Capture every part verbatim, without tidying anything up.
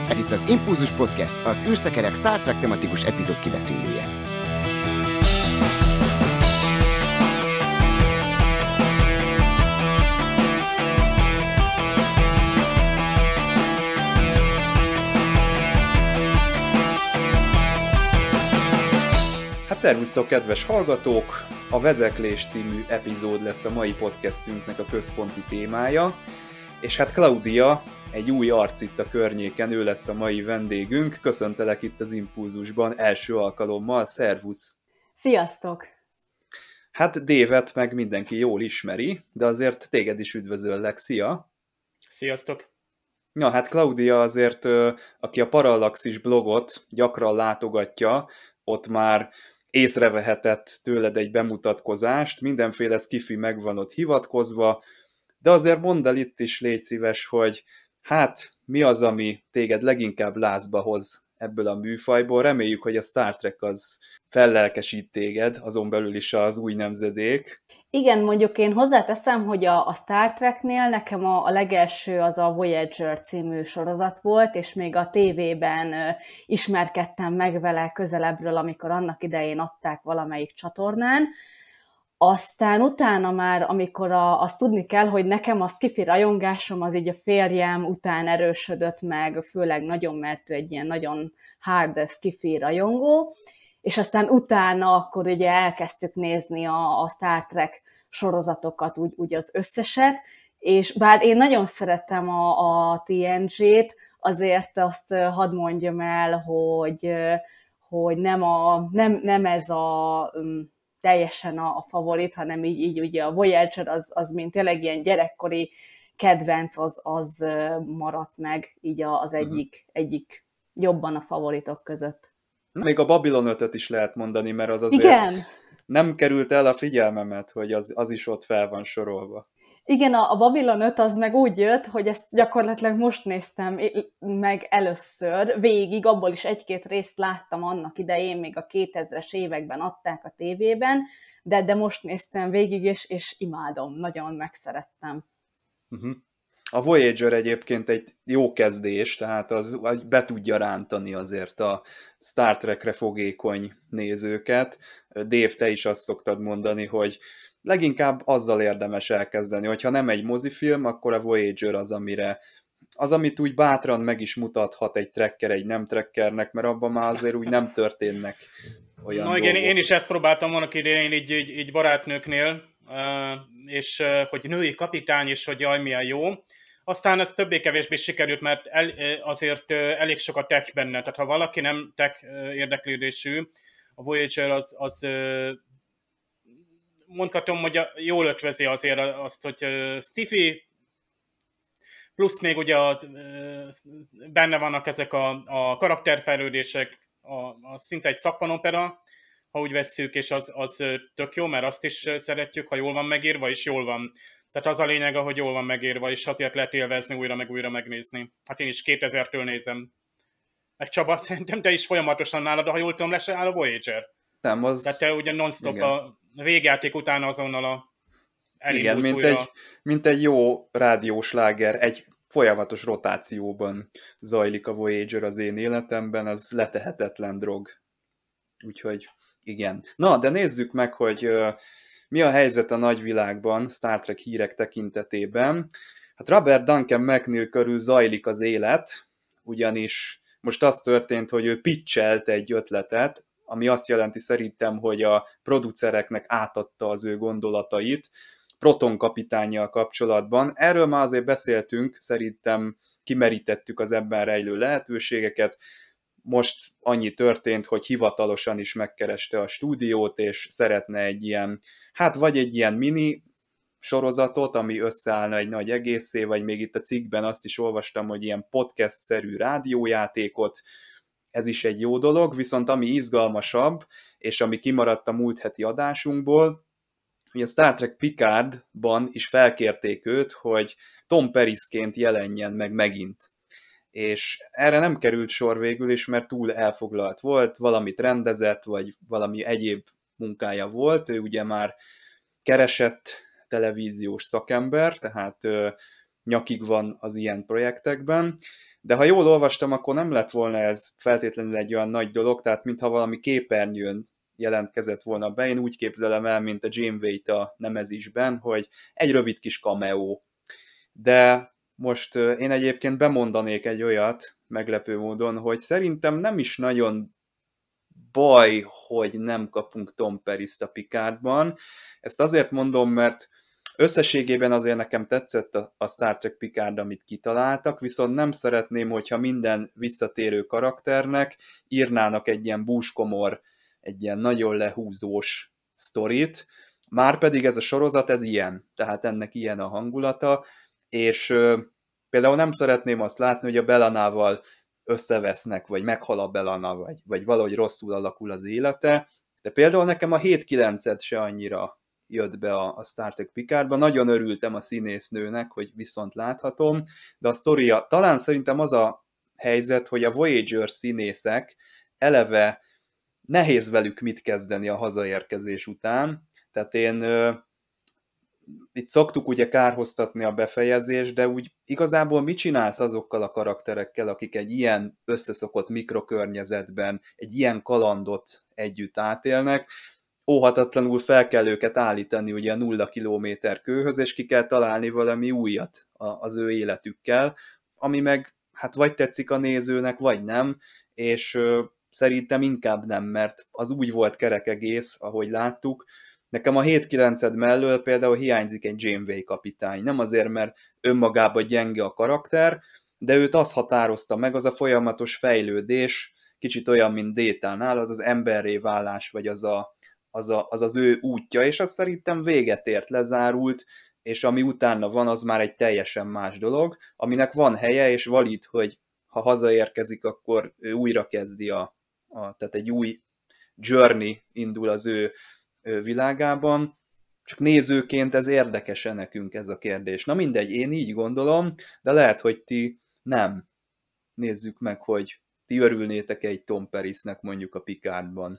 Ez itt az Impulzus Podcast, az űrszekerek Star Trek tematikus epizód kibeszélője. Hát szervusztok, kedves hallgatók! A Vezeklés című epizód lesz a mai podcastünknek a központi témája, és hát Claudia, egy új arc itt a környéken, ő lesz a mai vendégünk. Köszöntelek itt az Impulzusban első alkalommal, szervusz! Sziasztok! Hát Dévet meg mindenki jól ismeri, de azért téged is üdvözöllek, szia! Sziasztok! Na hát Claudia azért, aki a Parallaxis blogot gyakran látogatja, ott már észrevehetett tőled egy bemutatkozást, mindenféle skifi megvan ott hivatkozva, de azért mondd el itt is, légy szíves, hogy hát mi az, ami téged leginkább lázba hoz ebből a műfajból. Reméljük, hogy a Star Trek az fellelkesít téged, azon belül is az új nemzedék. Igen, mondjuk én hozzáteszem, hogy a, a Star Treknél nekem a, a legelső az a Voyager című sorozat volt, és még a tévében ö, ismerkedtem meg vele közelebbről, amikor annak idején adták valamelyik csatornán. Aztán utána már, amikor a, azt tudni kell, hogy nekem a sci-fi rajongásom az így a férjem után erősödött meg, főleg nagyon, mert ő egy ilyen nagyon hard sci-fi rajongó, és aztán utána akkor ugye elkezdtük nézni a, a Star Trek sorozatokat, úgy, úgy az összeset, és bár én nagyon szeretem a, a té en gét, azért azt hadd mondjam el, hogy, hogy nem, a, nem, nem ez a teljesen a, a favorit, hanem így, így ugye a Voyager az, az mint tényleg ilyen gyerekkori kedvenc, az, az maradt meg így az egyik, uh-huh. egyik jobban a favoritok között. Még a Babylon ötöt is lehet mondani, mert az azért Igen. nem került el a figyelmemet, hogy az, az is ott fel van sorolva. Igen, a, a Babylon öt az meg úgy jött, hogy ezt gyakorlatilag most néztem meg először, végig, abból is egy-két részt láttam annak idején, még a kétezres években adták a tévében, de, de most néztem végig, és, és imádom, nagyon megszerettem. Uh-huh. A Voyager egyébként egy jó kezdés, tehát az be tudja rántani azért a Star Trekre fogékony nézőket. Dave, te is azt szoktad mondani, hogy leginkább azzal érdemes elkezdeni, hogyha nem egy mozifilm, akkor a Voyager az, amire, az, amit úgy bátran meg is mutathat egy trekker, egy nem trekkernek, mert abban már azért úgy nem történnek olyan Na igen, dolgok. én is ezt próbáltam annak idején így, így, így barátnőknél, és hogy női kapitány, és hogy jaj, milyen jó. Aztán ez többé-kevésbé sikerült, mert el, azért elég sok a tech benne. Tehát ha valaki nem tech érdeklődésű, a Voyager az, az mondhatom, hogy jól ötvezi azért azt, hogy sci-fi, plusz még ugye a, benne vannak ezek a, a karakterfejlődések, a, a szinte egy szappanopera, ha úgy vesszük, és az, az tök jó, mert azt is szeretjük, ha jól van megírva, és jól van. Tehát az a lényeg, hogy jól van megírva, és azért lehet élvezni, újra meg újra megnézni. Hát én is kétezertől nézem. Meg Csaba, szerintem te is folyamatosan nálad, ha jól tudom, lesz áll a Voyager. Nem, az... Tehát te ugye non-stop a végjáték után azonnal a igen, mint egy, mint egy jó rádiósláger, egy folyamatos rotációban zajlik a Voyager az én életemben, az letehetetlen drog. Úgyhogy igen. Na, de nézzük meg, hogy uh, mi a helyzet a nagyvilágban, Star Trek hírek tekintetében. Hát Robert Duncan McNeill körül zajlik az élet, ugyanis most az történt, hogy ő pitchelt egy ötletet, ami azt jelenti szerintem, hogy a producereknek átadta az ő gondolatait Proton kapitánnyal kapcsolatban. Erről már azért beszéltünk, szerintem kimerítettük az ebben rejlő lehetőségeket. Most annyi történt, hogy hivatalosan is megkereste a stúdiót, és szeretne egy ilyen, hát vagy egy ilyen mini sorozatot, ami összeállna egy nagy egészé, vagy még itt a cikkben azt is olvastam, hogy ilyen podcast-szerű rádiójátékot. Ez is egy jó dolog, viszont ami izgalmasabb, és ami kimaradt a múlt heti adásunkból, hogy a Star Trek Picardban is felkérték őt, hogy Tom Parisként jelenjen meg megint. És erre nem került sor végül is, mert túl elfoglalt volt, valamit rendezett, vagy valami egyéb munkája volt. Ő ugye már keresett televíziós szakember, tehát ö, nyakig van az ilyen projektekben. De ha jól olvastam, akkor nem lett volna ez feltétlenül egy olyan nagy dolog, tehát mintha valami képernyőn jelentkezett volna be. Én úgy képzelem el, mint a Janeway-t a Nemezisben, hogy egy rövid kis cameo. De most én egyébként bemondanék egy olyat, meglepő módon, hogy szerintem nem is nagyon baj, hogy nem kapunk Tom Parise-t a Picardban. Ezt azért mondom, mert összességében azért nekem tetszett a, a Star Trek Picard, amit kitaláltak, viszont nem szeretném, hogyha minden visszatérő karakternek írnának egy ilyen búskomor, egy ilyen nagyon lehúzós sztorit, márpedig ez a sorozat, ez ilyen, tehát ennek ilyen a hangulata, és ö, például nem szeretném azt látni, hogy a Belanával összevesznek, vagy meghal a Belana, vagy, vagy valahogy rosszul alakul az élete, de például nekem a hét kilencet se annyira jött be a, a Star Trek Picardba. Nagyon örültem a színésznőnek, hogy viszont láthatom, de a sztoria, talán szerintem az a helyzet, hogy a Voyager színészek eleve nehéz velük mit kezdeni a hazaérkezés után, tehát én ö, itt szoktuk ugye kárhoztatni a befejezést, de úgy igazából mit csinálsz azokkal a karakterekkel, akik egy ilyen összeszokott mikrokörnyezetben egy ilyen kalandot együtt átélnek, óhatatlanul fel kell őket állítani ugye a nulla kilométer kőhöz, és ki kell találni valami újat az ő életükkel, ami meg hát vagy tetszik a nézőnek, vagy nem, és ö, szerintem inkább nem, mert az úgy volt kerek egész, ahogy láttuk. Nekem a hét kilenced mellől például hiányzik egy Janeway kapitány. Nem azért, mert önmagában gyenge a karakter, de őt az határozta meg, az a folyamatos fejlődés, kicsit olyan, mint Détánál, az az emberré válás, vagy az a Az, a, az az ő útja, és az szerintem véget ért, lezárult, és ami utána van, az már egy teljesen más dolog, aminek van helye, és valid, hogy ha hazaérkezik, akkor ő újra kezdi a, a tehát egy új journey indul az ő, ő világában, csak nézőként ez érdekes-e nekünk ez a kérdés. Na mindegy, én így gondolom, de lehet, hogy ti nem. Nézzük meg, hogy ti örülnétek egy Tom Parise-nek mondjuk a Picardban.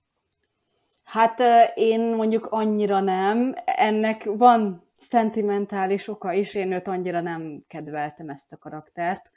Hát én mondjuk annyira nem. Ennek van szentimentális oka is, én őt annyira nem kedveltem, ezt a karaktert.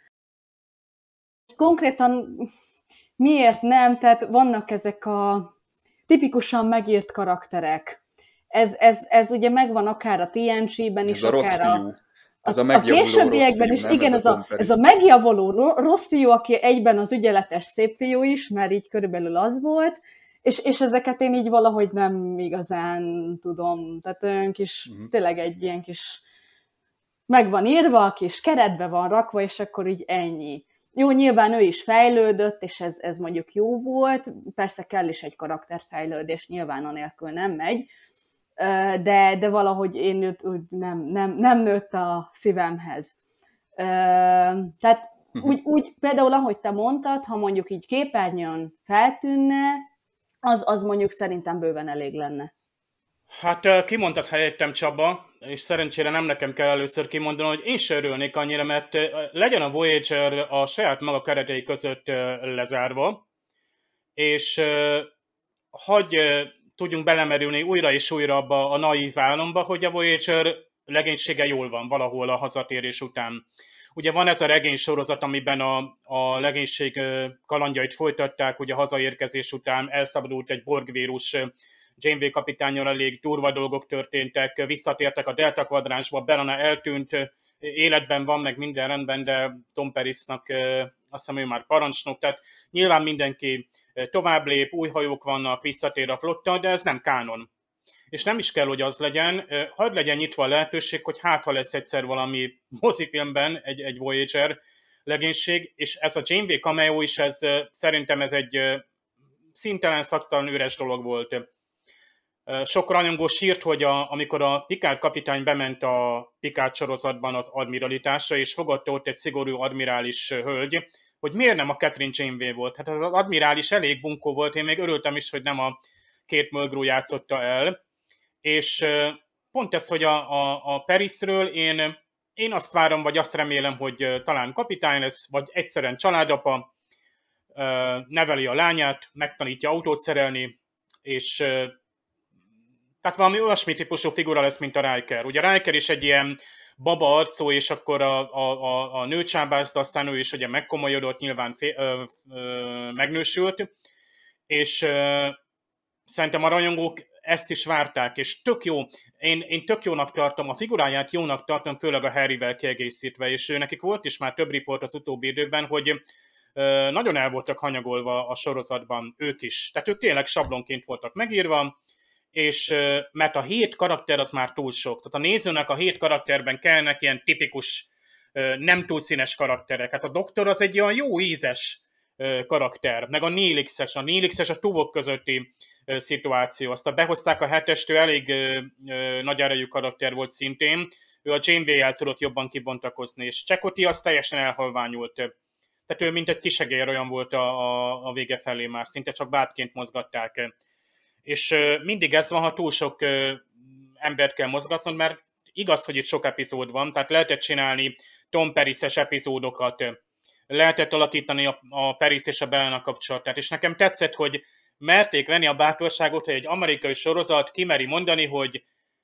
Konkrétan miért nem? Tehát vannak ezek a tipikusan megírt karakterek. Ez, ez, ez ugye megvan akár a té en gé-ben is, ez a rossz akár fiú. a... Ez a megjavuló rossz fiú, is, nem? igen, ez, ez, a, ez a megjavuló rossz fiú, aki egyben az ügyeletes szép fiú is, mert így körülbelül az volt, és, és ezeket én így valahogy nem igazán tudom. Tehát olyan kis, uh-huh. tényleg egy ilyen kis meg van írva, a kis keretbe van rakva, és akkor így ennyi. Jó, nyilván ő is fejlődött, és ez, ez mondjuk jó volt, persze kell is egy karakterfejlődés, nyilván anélkül nem megy, de, de valahogy én őt úgy nem, nem, nem nőtt a szívemhez. Tehát úgy, úgy, például ahogy te mondtad, ha mondjuk így képernyőn feltűnne, az, az mondjuk szerintem bőven elég lenne. Hát kimondtad helyettem, Csaba, és szerencsére nem nekem kell először kimondani, hogy én se örülnék annyira, mert legyen a Voyager a saját maga keretei között lezárva, és hagyj tudjunk belemerülni újra és újra abba a naív álomba, hogy a Voyager legénysége jól van valahol a hazatérés után. Ugye van ez a regénysorozat, amiben a, a legénység kalandjait folytatták, ugye a hazaérkezés után elszabadult egy borgvírus, Janeway kapitánnyal elég durva dolgok történtek, visszatértek a Delta kvadránsba, B'Elanna eltűnt, életben van, meg minden rendben, de Tom Parise-nak azt hiszem ő már parancsnok, tehát nyilván mindenki tovább lép, új hajók vannak, visszatér a flotta, de ez nem kánon. És nem is kell, hogy az legyen, hadd legyen nyitva a lehetőség, hogy hát ha lesz egyszer valami mozifilmben egy, egy Voyager legénység, és ez a Janeway cameo is, ez, szerintem ez egy színtelen, szaktalan, üres dolog volt. Sok rajongó sírt, hogy a, amikor a Picard kapitány bement a Picard sorozatban az admiralitásra, és fogadta ott egy szigorú admirális hölgy, hogy miért nem a Catherine Janeway volt. Hát az admirális elég bunkó volt, én még örültem is, hogy nem a két Mulgrew játszotta el. És pont ez, hogy a, a, a Parise-ről én, én azt várom, vagy azt remélem, hogy talán kapitány lesz, vagy egyszerűen családapa, neveli a lányát, megtanítja autót szerelni, és tehát valami olyasmi típusú figura lesz, mint a Riker. Ugye Riker is egy ilyen baba arcú, és akkor a, a, a, a nő csábázta, aztán ő is ugye megkomolyodott, nyilván fé, ö, ö, megnősült, és ö, szerintem a rajongók ezt is várták, és tök jó, én, én tök jónak tartom, a figuráját jónak tartom, főleg a Harryvel kiegészítve, és ő, nekik volt is már több riport az utóbbi időben, hogy ö, nagyon el voltak hanyagolva a sorozatban ők is, tehát ők tényleg sablonként voltak megírva, és mert a hét karakter az már túl sok. Tehát a nézőnek a hét karakterben kellnek ilyen tipikus, nem túl színes karakterek. Hát a doktor az egy olyan jó ízes karakter, meg a Neelix-es, a Neelix-es a tuvok közötti szituáció. Azt a behozták a hetestől, elég nagy erejű karakter volt szintén. Ő a Janeway-jel tudott jobban kibontakozni, és Chakotay az teljesen elhalványult. Tehát ő mint egy kisegér olyan volt a, a, a vége felé már, szinte csak bábként mozgatták. És mindig ez van, ha túl sok embert kell mozgatnod, mert igaz, hogy itt sok epizód van, tehát lehetett csinálni Tom Paris-es epizódokat, lehetett alakítani a, a Paris és a Bella kapcsolatát, és nekem tetszett, hogy merték venni a bátorságot, hogy egy amerikai sorozat kimeri mondani, hogy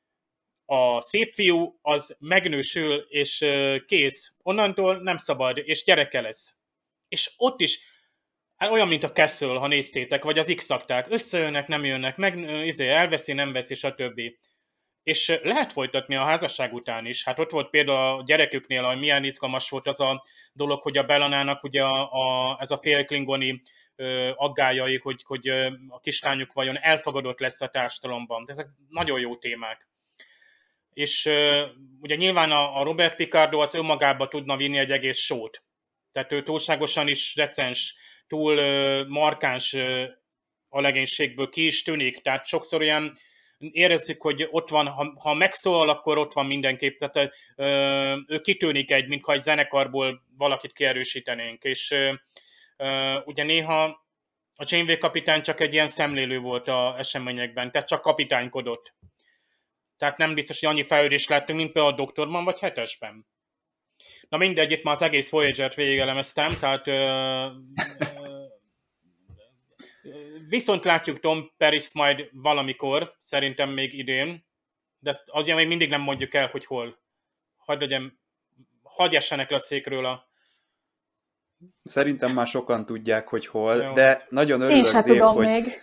a szép fiú az megnősül, és kész. Onnantól nem szabad, és gyereke lesz. És ott is hát olyan, mint a Castle, ha néztétek, vagy az X-akták. Összejönnek, nem jönnek, meg izé, elveszi, nem veszi, stb. És lehet folytatni a házasság után is. Hát ott volt például a gyereküknél, hogy milyen izgalmas volt az a dolog, hogy a Bellanának ugye a, a, ez a félklingoni ö, aggályai, hogy, hogy ö, a kislányuk vajon elfogadott lesz a társadalomban. Ezek nagyon jó témák. És ö, ugye nyilván a, a Robert Picardo az önmagába tudna vinni egy egész sót. Tehát ő túlságosan is recens, túl uh, markáns uh, a legénységből ki is tűnik, tehát sokszor olyan érezzük, hogy ott van, ha, ha megszólal, akkor ott van mindenképp, tehát uh, ő kitűnik egy, mintha egy zenekarból valakit kierősítenénk, és uh, uh, ugye néha a Janeway kapitány csak egy ilyen szemlélő volt az eseményekben, tehát csak kapitánykodott. Tehát nem biztos, hogy annyi fejlődést láttunk, mint például a Doktorban vagy hetesben. Na mindegy, itt már az egész Voyager-t végigelemeztem, tehát ö, ö, viszont látjuk Tom Paris majd valamikor, szerintem még idén, de azért még mindig nem mondjuk el, hogy hol. Hadd legyen, hadd essenek le a székről a... Szerintem már sokan tudják, hogy hol, Jó. de nagyon örülök, Én sem Dave, tudom hogy... még.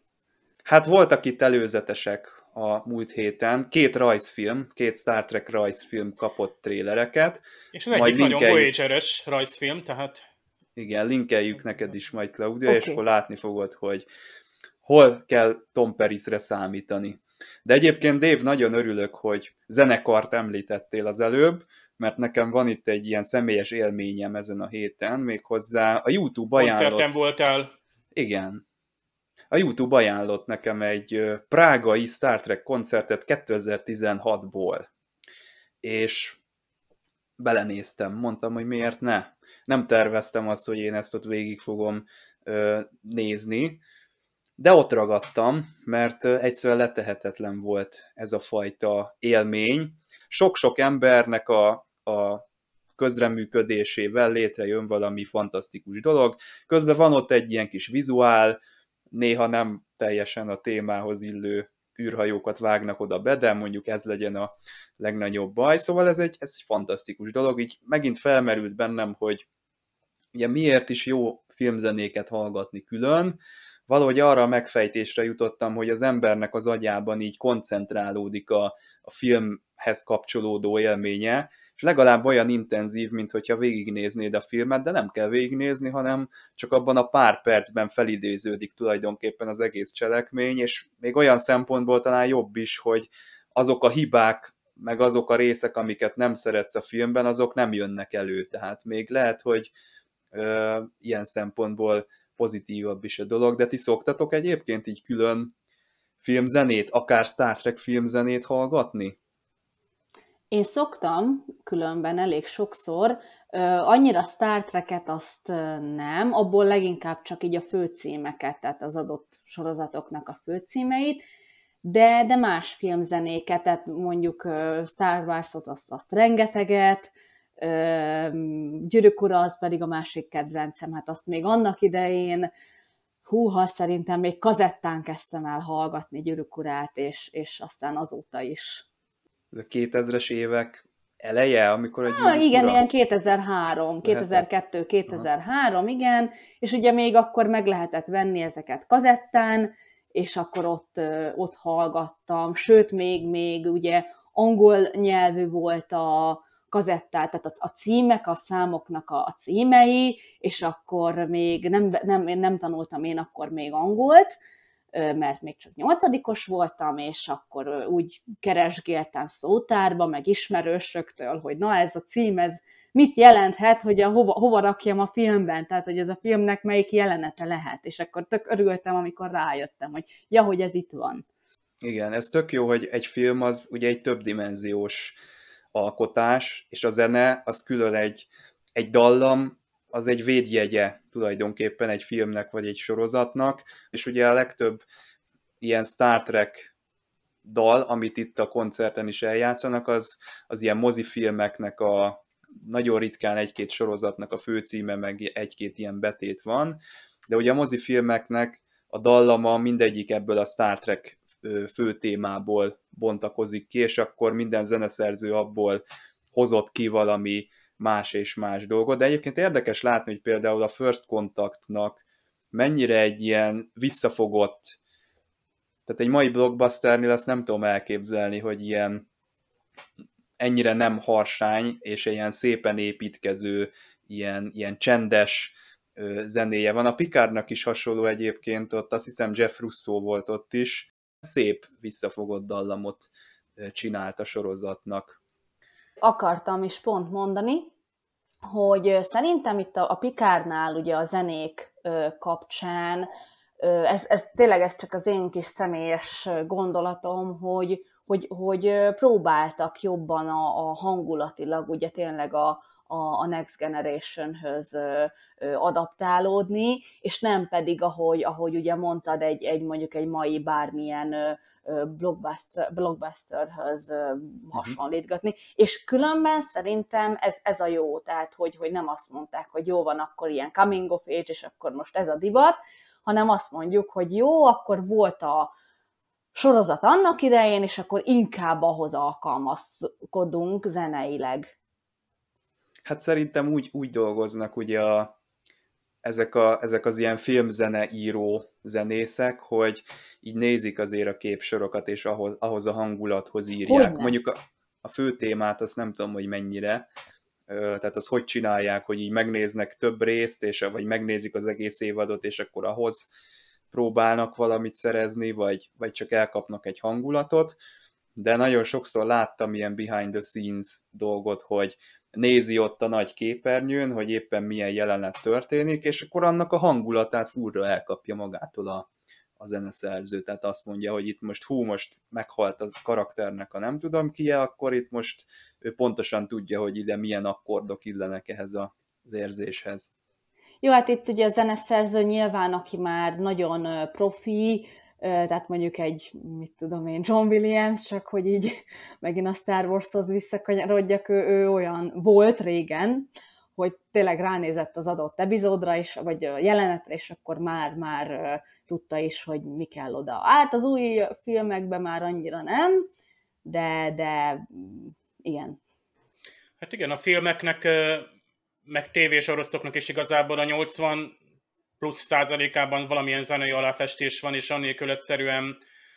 Hát voltak itt előzetesek a múlt héten. Két rajzfilm, két Star Trek rajzfilm kapott trélereket. És az egyik Majd nagyon linkeljük... Voyager-es rajzfilm, tehát... Igen, linkeljük neked is majd, Claudia, Okay. és akkor látni fogod, hogy hol kell Tom Parisre számítani. De egyébként, Dave, nagyon örülök, hogy zenekart említettél az előbb, mert nekem van itt egy ilyen személyes élményem ezen a héten, méghozzá a YouTube ajánlott... Koncerten voltál. Igen. A YouTube ajánlott nekem egy prágai Star Trek koncertet kétezer-tizenhatból. És belenéztem, mondtam, hogy miért ne. Nem terveztem azt, hogy én ezt ott végig fogom ö, nézni, de ott ragadtam, mert egyszerűen letehetetlen volt ez a fajta élmény. Sok-sok embernek a, a közreműködésével létrejön valami fantasztikus dolog. Közben van ott egy ilyen kis vizuál, néha nem teljesen a témához illő űrhajókat vágnak oda be, de mondjuk ez legyen a legnagyobb baj. Szóval ez egy, ez egy fantasztikus dolog. Így megint felmerült bennem, hogy ugye miért is jó filmzenéket hallgatni külön. Valahogy arra a megfejtésre jutottam, hogy az embernek az agyában így koncentrálódik a, a filmhez kapcsolódó élménye, és legalább olyan intenzív, mint hogyha végignéznéd a filmet, de nem kell végignézni, hanem csak abban a pár percben felidéződik tulajdonképpen az egész cselekmény, és még olyan szempontból talán jobb is, hogy azok a hibák, meg azok a részek, amiket nem szeretsz a filmben, azok nem jönnek elő. Tehát még lehet, hogy ö, ilyen szempontból pozitívabb is a dolog, de ti szoktatok egyébként így külön filmzenét, akár Star Trek filmzenét hallgatni? Én szoktam, különben elég sokszor, annyira Star Trek-et azt nem, abból leginkább csak így a főcímeket, tehát az adott sorozatoknak a főcímeit, de, de más filmzenéket, tehát mondjuk Star Wars-ot azt, azt rengeteget, Gyűrűk ura az pedig a másik kedvencem, hát azt még annak idején, húha, szerintem még kazettán kezdtem el hallgatni Gyűrűk urát, és, és aztán azóta is. Ez a kétezres évek eleje, amikor a Ah, Gyűrűk igen, ura? ilyen kétezer-három, kétezer-kettő, kétezer-három, igen, és ugye még akkor meg lehetett venni ezeket kazettán, és akkor ott, ott hallgattam, sőt, még, még ugye angol nyelvű volt a kazettát, tehát a címek, a számoknak a címei, és akkor még nem, nem, nem tanultam én akkor még angolt, mert még csak nyolcadikos voltam, és akkor úgy keresgéltem szótárba, meg ismerősöktől, hogy na ez a cím, ez mit jelenthet, hogy a, hova, hova rakjam a filmben, tehát hogy ez a filmnek melyik jelenete lehet, és akkor tök örültem, amikor rájöttem, hogy ja, hogy ez itt van. Igen, ez tök jó, hogy egy film az ugye egy többdimenziós alkotás, és a zene az külön egy, egy dallam, az egy védjegye tulajdonképpen egy filmnek vagy egy sorozatnak, és ugye a legtöbb ilyen Star Trek dal, amit itt a koncerten is eljátszanak, az, az ilyen mozifilmeknek a nagyon ritkán egy-két sorozatnak a főcíme, meg egy-két ilyen betét van, de ugye a mozifilmeknek a dallama mindegyik ebből a Star Trek fő témából bontakozik ki, és akkor minden zeneszerző abból hozott ki valami más és más dolgot, de egyébként érdekes látni, hogy például a First Contactnak mennyire egy ilyen visszafogott, tehát egy mai blockbusternél azt nem tudom elképzelni, hogy ilyen ennyire nem harsány, és ilyen szépen építkező, ilyen, ilyen csendes zenéje van. A Picardnak is hasonló egyébként, ott azt hiszem Jeff Russo volt ott is, szép visszafogott dallamot csinált a sorozatnak. Akartam is pont mondani, hogy szerintem itt a, a Picardnál ugye a zenék ö, kapcsán, ö, ez, ez tényleg ez csak az én kis személyes gondolatom, hogy, hogy, hogy próbáltak jobban a, a hangulatilag ugye tényleg a, a, a Next Generationhöz ö, ö, adaptálódni, és nem pedig, ahogy, ahogy ugye mondtad, egy, egy mondjuk egy mai bármilyen ö, blockbuster, blockbusterhöz hasonlítgatni, uh-huh. És különben szerintem ez, ez a jó, tehát hogy, hogy nem azt mondták, hogy jó van, akkor ilyen coming of age, és akkor most ez a divat, hanem azt mondjuk, hogy jó, akkor volt a sorozat annak idején, és akkor inkább ahhoz alkalmazkodunk zeneileg. Hát szerintem úgy, úgy dolgoznak ugye a Ezek, a, ezek az ilyen filmzene író zenészek, hogy így nézik azért a képsorokat, és ahhoz, ahhoz a hangulathoz írják. Hogyne? Mondjuk a, a fő témát azt nem tudom, hogy mennyire, tehát az hogy csinálják, hogy így megnéznek több részt, és, vagy megnézik az egész évadot, és akkor ahhoz próbálnak valamit szerezni, vagy, vagy csak elkapnak egy hangulatot, de nagyon sokszor láttam ilyen behind the scenes dolgot, hogy nézi ott a nagy képernyőn, hogy éppen milyen jelenet történik, és akkor annak a hangulatát furra elkapja magától a, a zeneszerző. Tehát azt mondja, hogy itt most hú, most meghalt az karakternek a nem tudom ki-e, akkor itt most ő pontosan tudja, hogy ide milyen akkordok illenek ehhez az érzéshez. Jó, hát itt ugye a zeneszerző nyilván, aki már nagyon profi, tehát mondjuk egy, mit tudom én, John Williams, csak hogy így megint a Star Warshoz visszakanyarodjak, ő, ő olyan volt régen, hogy tényleg ránézett az adott epizódra, is, vagy jelenetre, és akkor már, már tudta is, hogy mi kell oda. Hát az új filmekben már annyira nem, de, de igen. Hát igen, a filmeknek, meg tévésorozatoknak is igazából a nyolcvan plusz százalékában valamilyen zenei aláfestés van, és annélkül egyszerűen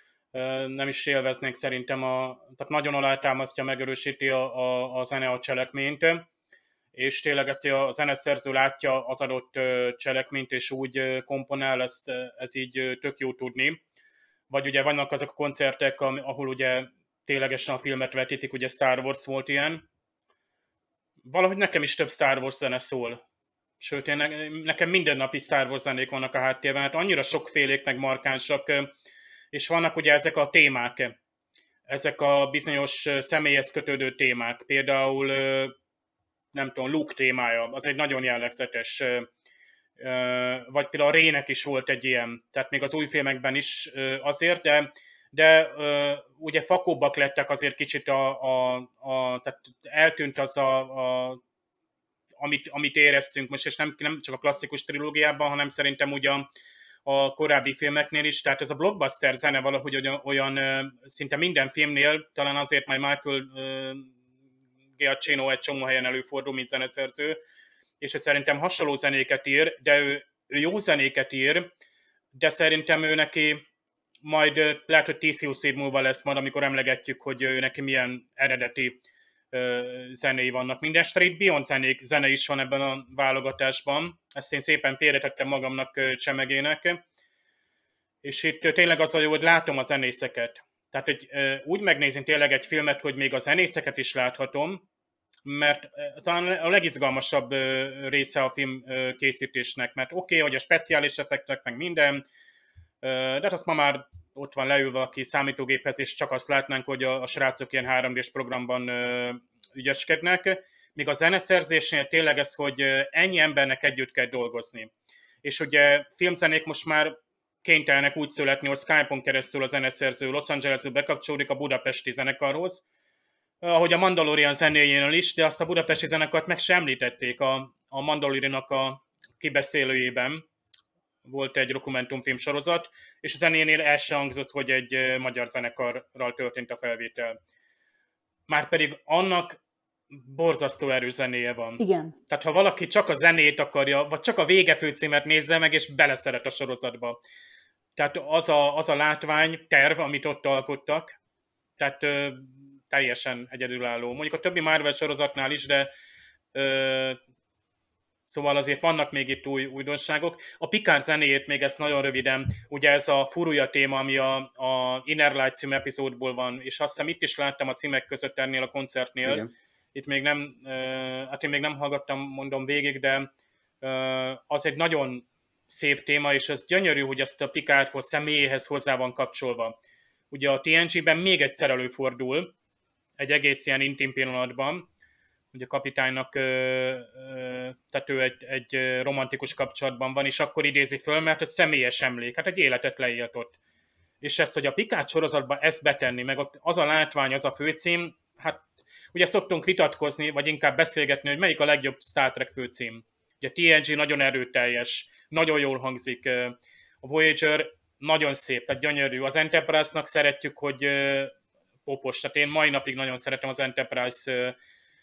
nem is élveznék szerintem, a, tehát nagyon alátámasztja, megerősíti a, a, a zene a cselekményt, és tényleg ezt, hogy a zeneszerző látja az adott cselekményt, és úgy komponál, ezt, ez így tök jó tudni. Vagy ugye vannak azok a koncertek, ahol ugye ténylegesen a filmet vetítik, ugye Star Wars volt ilyen. Valahogy nekem is több Star Wars zene szól. Sőt, én, nekem mindennapi Star Wars zenék vannak a háttérben, hát annyira sokfélék, meg markánsak, és vannak ugye ezek a témák, ezek a bizonyos személyhez kötődő témák. Például, nem tudom, Luke témája, az egy nagyon jellegzetes, vagy például a Rének is volt egy ilyen, tehát még az új filmekben is azért, de, de ugye fakóbbak lettek azért kicsit, a, a, a, tehát eltűnt az a, a Amit, amit éreztünk most, és nem, nem csak a klasszikus trilógiában, hanem szerintem ugye a, a korábbi filmeknél is, tehát ez a blockbuster zene valahogy olyan, olyan szinte minden filmnél, talán azért majd Michael Giacchino egy csomó helyen előfordul, mint zeneszerző, és ő szerintem hasonló zenéket ír, de ő, ő jó zenéket ír, de szerintem ő neki majd lehet, hogy tíz-húsz év múlva lesz majd, amikor emlegetjük, hogy ő neki milyen eredeti uh, zenéi vannak. Mindenesetre itt Beyoncé zene is van ebben a válogatásban, ezt én szépen félretettem magamnak uh, csemegének, és itt uh, tényleg az a jó, hogy látom a zenészeket. Tehát hogy, uh, úgy megnézni tényleg egy filmet, hogy még a zenészeket is láthatom, mert uh, talán a legizgalmasabb uh, része a film uh, készítésnek, mert oké, okay, hogy a speciális effektek, meg minden, de hát azt ma már ott van leülve, aki számítógéphez, és csak azt látnánk, hogy a, a srácok ilyen három dés programban ö, ügyeskednek. Míg a zeneszerzésnél tényleg ez, hogy ennyi embernek együtt kell dolgozni. És ugye filmzenék most már kénytelenek úgy születni, hogy Skype-on keresztül a zeneszerző Los Angelesből bekapcsolódik a budapesti zenekarhoz, ahogy a Mandalorian zenéjénél is, de azt a budapesti zenekart meg sem említették a, a Mandalorianak a kibeszélőjében. Volt egy dokumentumfilm sorozat, és a zenénél el sem hangzott, hogy egy magyar zenekarral történt a felvétel. Márpedig annak borzasztó erős zenéje van. Igen. Tehát ha valaki csak a zenét akarja, vagy csak a vége főcímet nézze meg, és beleszeret a sorozatba. Tehát az a, az a látvány, terv, amit ott alkottak, tehát ö, teljesen egyedülálló. Mondjuk a többi Marvel sorozatnál is, de ö, szóval azért vannak még itt új újdonságok. A Picard zenéjét még ezt nagyon röviden, ugye ez a Furuya téma, ami a, a Inner Light című epizódból van, és azt hiszem itt is láttam a címek között ennél a koncertnél. Igen. Itt még nem, hát én még nem hallgattam, mondom végig, de az egy nagyon szép téma, és ez gyönyörű, hogy ezt a Picardhoz, személyéhez hozzá van kapcsolva. Ugye a té en gé-ben még egyszer előfordul, egy egész ilyen intim pillanatban, ugye a kapitánynak, tehát ő egy, egy romantikus kapcsolatban van, és akkor idézi föl, mert ez személyes emlék, hát egy életet leélt ott. És ezt, hogy a Picard sorozatban ezt betenni, meg az a látvány, az a főcím, hát ugye szoktunk vitatkozni, vagy inkább beszélgetni, hogy melyik a legjobb Star Trek főcím. Ugye a té en gé nagyon erőteljes, nagyon jól hangzik, a Voyager nagyon szép, tehát gyönyörű. Az Enterprise-nak szeretjük, hogy popos, tehát én mai napig nagyon szeretem az Enterprise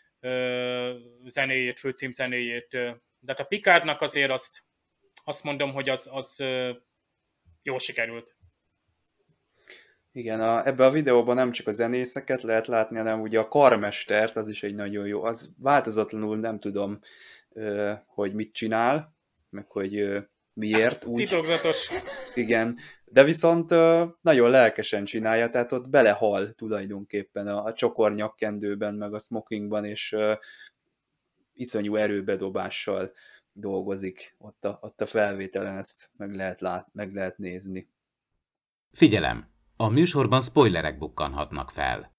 zenéjét, főcím zenéjét. De a Picardnak azért azt, azt mondom, hogy az, az jól sikerült. Igen, a, ebbe a videóban nem csak a zenészeket lehet látni, hanem ugye a karmestert, az is egy nagyon jó. Az változatlanul nem tudom, hogy mit csinál, meg hogy miért. Úgy, titokzatos. Igen, de viszont nagyon lelkesen csinálja, tehát ott belehal tulajdonképpen a, a csokornyakkendőben, meg a smokingban, és uh, iszonyú erőbedobással dolgozik ott a, ott a felvételen, ezt meg lehet, lát, meg lehet nézni. Figyelem! A műsorban spoilerek bukkanhatnak fel.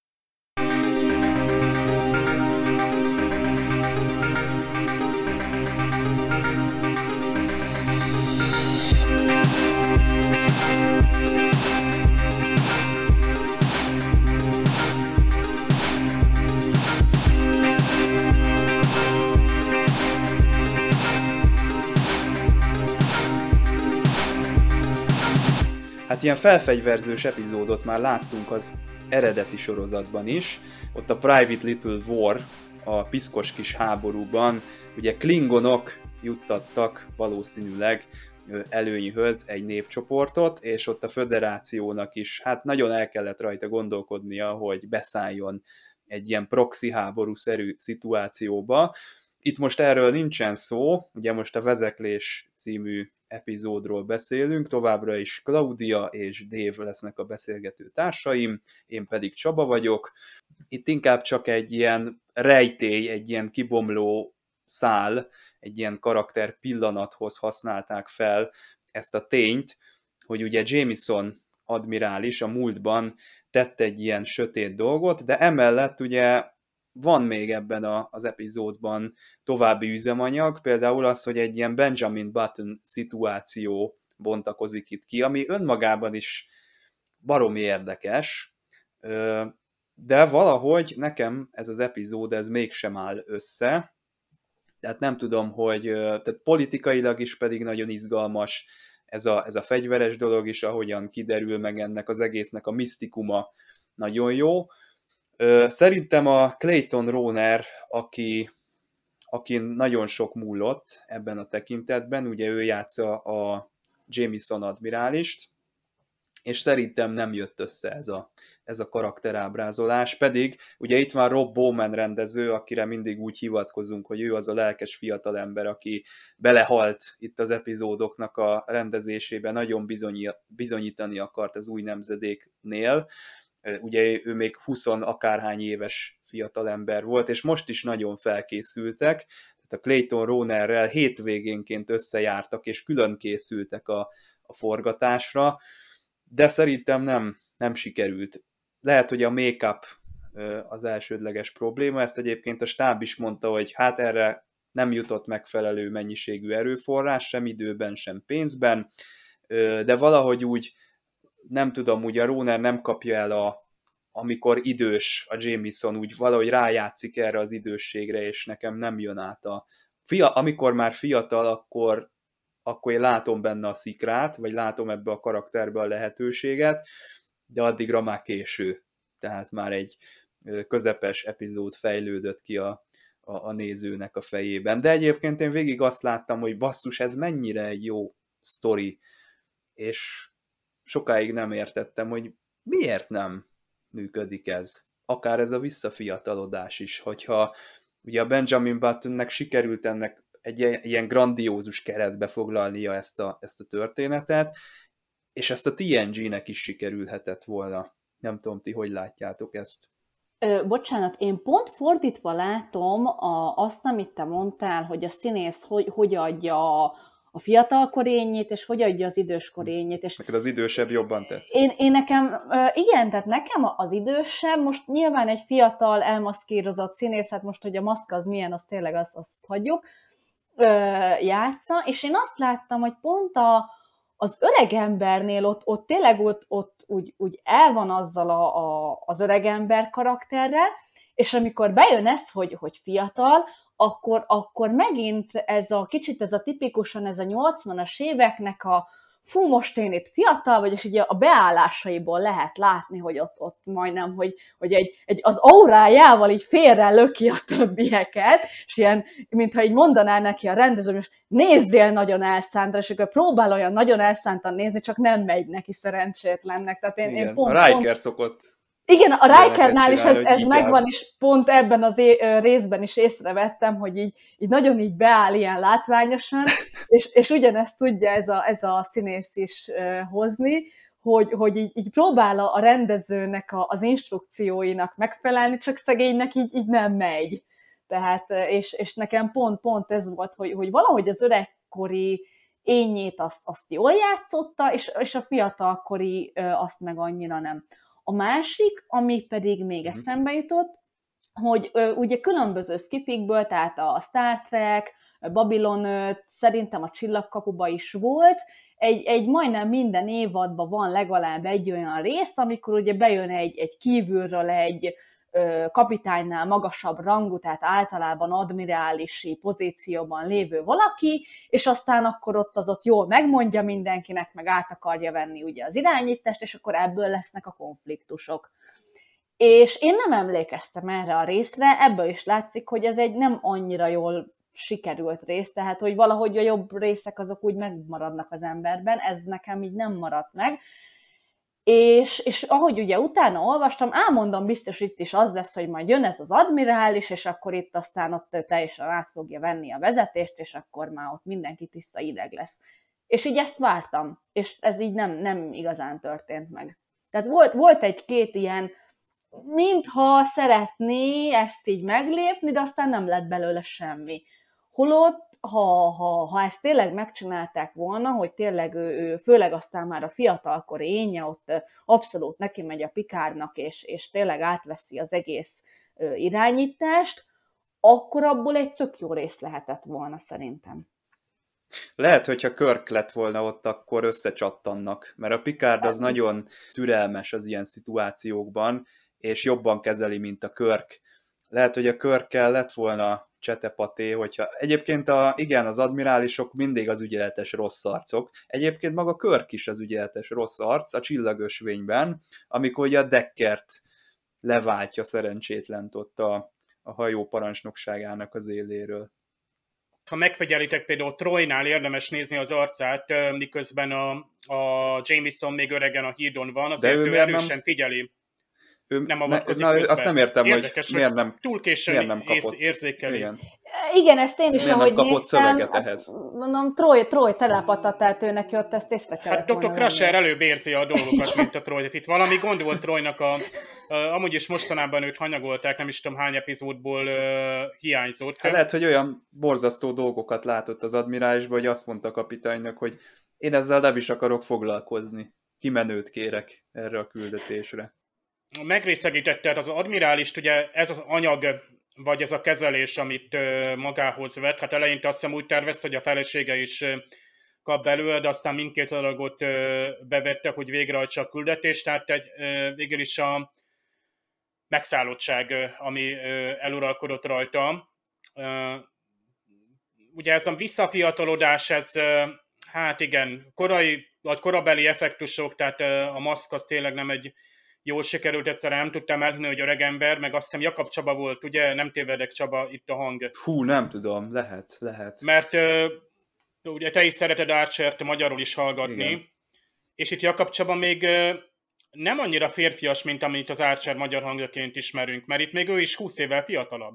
Hát ilyen felfegyverzős epizódot már láttunk az eredeti sorozatban is. Ott a Private Little War, a piszkos kis háborúban, ugye klingonok juttattak valószínűleg előnyhöz egy népcsoportot, és ott a föderációnak is hát nagyon el kellett rajta gondolkodnia, hogy beszálljon egy ilyen proxy háború-szerű szituációba. Itt most erről nincsen szó, ugye most a Vezeklés című epizódról beszélünk, továbbra is Claudia és Dave lesznek a beszélgető társaim, én pedig Csaba vagyok. Itt inkább csak egy ilyen rejtély, egy ilyen kibomló szál, egy ilyen karakter pillanathoz használták fel ezt a tényt, hogy ugye Jameson admirális a múltban tett egy ilyen sötét dolgot, de emellett ugye van még ebben a, az epizódban további üzemanyag, például az, hogy egy ilyen Benjamin Button szituáció bontakozik itt ki, ami önmagában is baromi érdekes, de valahogy nekem ez az epizód ez mégsem áll össze, tehát nem tudom, hogy tehát politikailag is pedig nagyon izgalmas ez a, ez a fegyveres dolog is, ahogyan kiderül meg ennek az egésznek a misztikuma nagyon jó. Szerintem a Clayton Rohner, aki, aki nagyon sok múlott ebben a tekintetben, ugye ő játsza a Jameson admirálist, és szerintem nem jött össze ez a, ez a karakterábrázolás, pedig ugye itt van Rob Bowman rendező, akire mindig úgy hivatkozunk, hogy ő az a lelkes fiatalember, aki belehalt itt az epizódoknak a rendezésébe, nagyon bizony, bizonyítani akart az új nemzedéknél. Ugye ő még húsz akárhány éves fiatalember volt, és most is nagyon felkészültek, tehát a Clayton Rohnerrel hétvégénként összejártak, és külön készültek a, a forgatásra, de szerintem nem, nem sikerült. Lehet, hogy a make-up az elsődleges probléma, ezt egyébként a stáb is mondta, hogy hát erre nem jutott megfelelő mennyiségű erőforrás, sem időben, sem pénzben, de valahogy úgy, nem tudom, úgy a Rohner nem kapja el, a, amikor idős a Jameson, úgy valahogy rájátszik erre az idősségre, és nekem nem jön át a... Fia, amikor már fiatal, akkor akkor én látom benne a szikrát, vagy látom ebbe a karakterbe a lehetőséget, de addigra már késő. Tehát már egy közepes epizód fejlődött ki a, a, a nézőnek a fejében. De egyébként én végig azt láttam, hogy basszus, ez mennyire egy jó sztori, és sokáig nem értettem, hogy miért nem működik ez. Akár ez a visszafiatalodás is, hogyha ugye a Benjamin Buttonnek sikerült ennek egy ilyen grandiózus keretbe foglalnia ezt a, ezt a történetet, és ezt a té en gé-nek is sikerülhetett volna. Nem tudom, ti hogy látjátok ezt? Ö, bocsánat, én pont fordítva látom a, azt, amit te mondtál, hogy a színész hogy, hogy adja a, a fiatalkorényét, és hogy adja az időskorényét. És neked az idősebb jobban tetszik? Én, én nekem, igen, tehát nekem az idősebb, most nyilván egy fiatal, elmaszkírozott színész, hát most, hogy a maszk az milyen, azt tényleg azt, azt hagyjuk, játsza, és én azt láttam, hogy pont a, az öregembernél ott, ott tényleg ott, ott úgy, úgy el van azzal a, a, az öregember karakterrel, és amikor bejön ez, hogy, hogy fiatal, akkor, akkor megint ez a kicsit ez a tipikusan ez a nyolcvanas éveknek a fú, most én itt fiatal vagy, és ugye a beállásaiból lehet látni, hogy ott, ott majdnem, hogy, hogy egy, egy, az aurájával így félre löki a többieket, és ilyen, mintha így mondaná neki a rendező, és nézzél nagyon elszántan, és akkor próbál olyan nagyon elszántan nézni, csak nem megy neki szerencsétlennek. Tehát én, igen, én pont, a Riker pont, szokott. Igen, a Rikernál is ez, ez megvan, áll. és pont ebben az é- részben is észrevettem, hogy így, így nagyon így beáll ilyen látványosan, és, és ugyanezt tudja ez a, ez a színész is uh, hozni, hogy, hogy így, így próbál a rendezőnek a, az instrukcióinak megfelelni, csak szegénynek így, így nem megy. Tehát, és, és nekem pont, pont ez volt, hogy, hogy valahogy az öregkori énjét azt, azt jól játszotta, és, és a fiatalkori uh, azt meg annyira nem. A másik, ami pedig még eszembe jutott, hogy ö, ugye különböző skifikből, tehát a Star Trek, Babylon öt, szerintem a Csillagkapuba is volt, egy, egy majdnem minden évadban van legalább egy olyan rész, amikor ugye bejön egy, egy kívülről egy ö, kapitánynál magasabb rangú, tehát általában admirálisi pozícióban lévő valaki, és aztán akkor ott az ott jól megmondja mindenkinek, meg át akarja venni ugye az irányítást, és akkor ebből lesznek a konfliktusok. És én nem emlékeztem erre a részre, ebből is látszik, hogy ez egy nem annyira jól sikerült rész, tehát hogy valahogy a jobb részek azok úgy megmaradnak az emberben, ez nekem így nem maradt meg. És, és ahogy ugye utána olvastam, elmondom, biztos itt is az lesz, hogy majd jön ez az admirális, és akkor itt aztán ott teljesen át fogja venni a vezetést, és akkor már ott mindenki tiszta ideg lesz. És így ezt vártam, és ez így nem, nem igazán történt meg. Tehát volt, volt egy-két ilyen, mintha szeretné ezt így meglépni, de aztán nem lett belőle semmi. Holott, ha, ha, ha ezt tényleg megcsinálták volna, hogy tényleg ő, ő főleg aztán már a fiatalkori énje ott abszolút neki megy a Picardnak, és, és tényleg átveszi az egész irányítást, akkor abból egy tök jó rész lehetett volna szerintem. Lehet, hogyha Kirk lett volna ott, akkor összecsattannak, mert a Picard az nagyon türelmes az ilyen szituációkban, és jobban kezeli, mint a Kirk. Lehet, hogy a Kirkkel lett volna csetepaté, hogyha egyébként a, igen, az admirálisok mindig az ügyeletes rossz arcok. Egyébként maga Kirk is az ügyeletes rossz arc a Csillagösvényben, amikor ugye a Deckert leváltja szerencsétlent ott a, a hajó parancsnokságának az éléről. Ha megfigyelitek, például Troynál érdemes nézni az arcát, miközben a, a Jameson még öregen a hídon van, azért ő, ő erősen nem... figyeli. Ő, nem avatkozik ne, na, közben. Azt nem értem, Érdekes, hogy miért nem, túl későn miért nem kapott. érzékeli. Igen. Igen, ezt én is, miért ahogy nem néztem, mondom, Troy, Troy telepatta, tehát ő neki ott ezt észre kellett Hát doktor Crusher előbb érzi a dolgokat, mint a Troy. Itt valami gond volt Troynak, a, a, amúgy is mostanában őt hanyagolták, nem is tudom hány epizódból uh, hiányzott. Hát lehet, hogy olyan borzasztó dolgokat látott az admirálisban, hogy azt mondta a kapitánynak, hogy én ezzel nem is akarok foglalkozni. Kimenőt kérek erre a küldetésre. Megrészegítette az admirálist, ugye ez az anyag, vagy ez a kezelés, amit uh, magához vett. Hát eleinte azt hiszem úgy tervezte, hogy a felesége is uh, kap belőle, de aztán mindkét adagot uh, bevette, hogy végrehajtsa a küldetést. Tehát egy, uh, végül is a megszállottság, uh, ami uh, eluralkodott rajta. Uh, ugye ez a visszafiatalodás, ez uh, hát igen, korai, vagy korabeli effektusok, tehát uh, a maszk az tényleg nem egy jól sikerült, egyszerűen nem tudtam elhinni, hogy öreg ember, meg azt hiszem Jakab Csaba volt, ugye? Nem tévedek, Csaba, itt a hang. Hú, nem tudom, lehet, lehet. Mert uh, ugye te is szereted Archert magyarul is hallgatni, igen. És itt Jakab Csaba még uh, nem annyira férfias, mint amit az Archer magyar hangjaként ismerünk, mert itt még ő is húsz évvel fiatalabb.